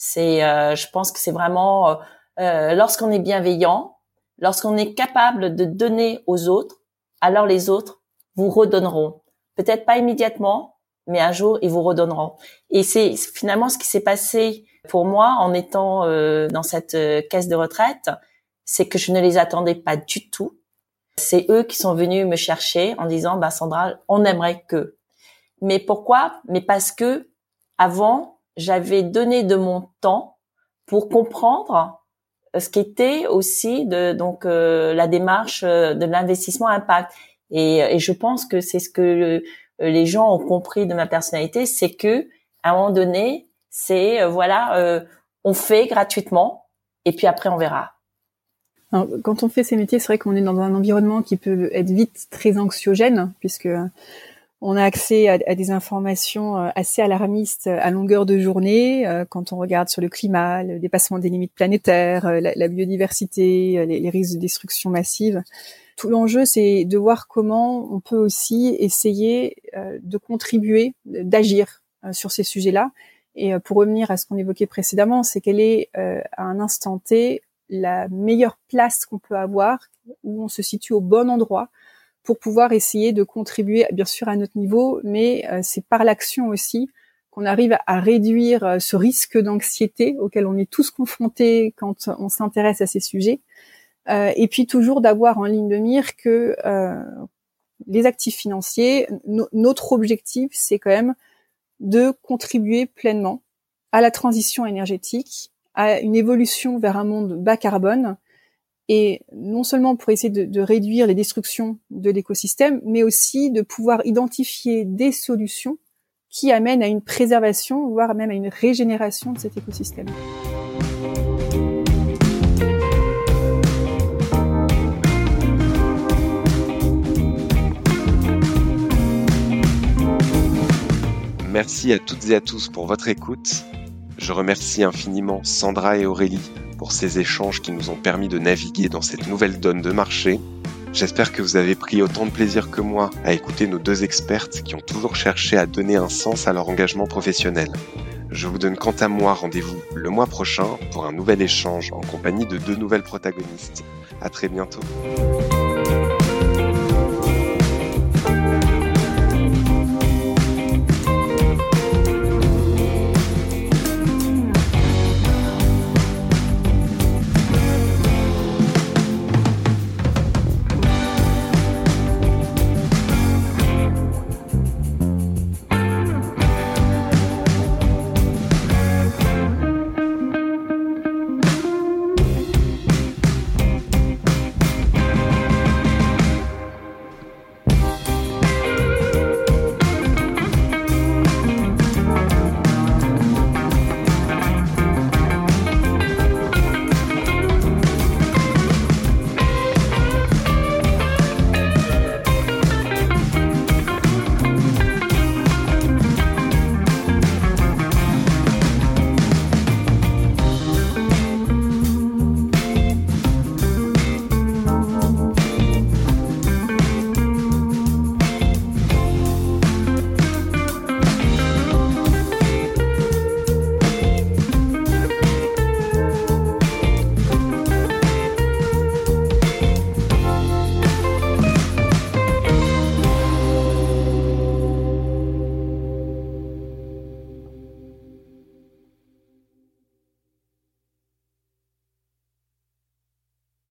Je pense que c'est vraiment lorsqu'on est bienveillant, lorsqu'on est capable de donner aux autres, alors les autres vous redonneront. Peut-être pas immédiatement, mais un jour ils vous redonneront. Et c'est finalement ce qui s'est passé pour moi en étant dans cette caisse de retraite, c'est que je ne les attendais pas du tout. C'est eux qui sont venus me chercher en disant Sandra, on aimerait que. Mais pourquoi? Mais parce que avant, j'avais donné de mon temps pour comprendre ce qu'était aussi la démarche de l'investissement impact. Et je pense que c'est ce que les gens ont compris de ma personnalité, c'est que à un moment donné, c'est on fait gratuitement et puis après on verra. Alors, quand on fait ces métiers, c'est vrai qu'on est dans un environnement qui peut être vite très anxiogène, puisque on a accès à des informations assez alarmistes à longueur de journée, quand on regarde sur le climat, le dépassement des limites planétaires, la biodiversité, les risques de destruction massive. Tout l'enjeu, c'est de voir comment on peut aussi essayer de contribuer, d'agir sur ces sujets-là. Et pour revenir à ce qu'on évoquait précédemment, c'est quelle est à un instant T la meilleure place qu'on peut avoir, où on se situe au bon endroit, pour pouvoir essayer de contribuer, bien sûr, à notre niveau, mais c'est par l'action aussi qu'on arrive à réduire ce risque d'anxiété auquel on est tous confrontés quand on s'intéresse à ces sujets. Et puis toujours d'avoir en ligne de mire que les actifs financiers, notre objectif, c'est quand même de contribuer pleinement à la transition énergétique, à une évolution vers un monde bas carbone, et non seulement pour essayer de réduire les destructions de l'écosystème, mais aussi de pouvoir identifier des solutions qui amènent à une préservation, voire même à une régénération de cet écosystème. Merci à toutes et à tous pour votre écoute. Je remercie infiniment Sandra et Aurélie pour ces échanges qui nous ont permis de naviguer dans cette nouvelle donne de marché. J'espère que vous avez pris autant de plaisir que moi à écouter nos deux expertes qui ont toujours cherché à donner un sens à leur engagement professionnel. Je vous donne quant à moi rendez-vous le mois prochain pour un nouvel échange en compagnie de deux nouvelles protagonistes. À très bientôt.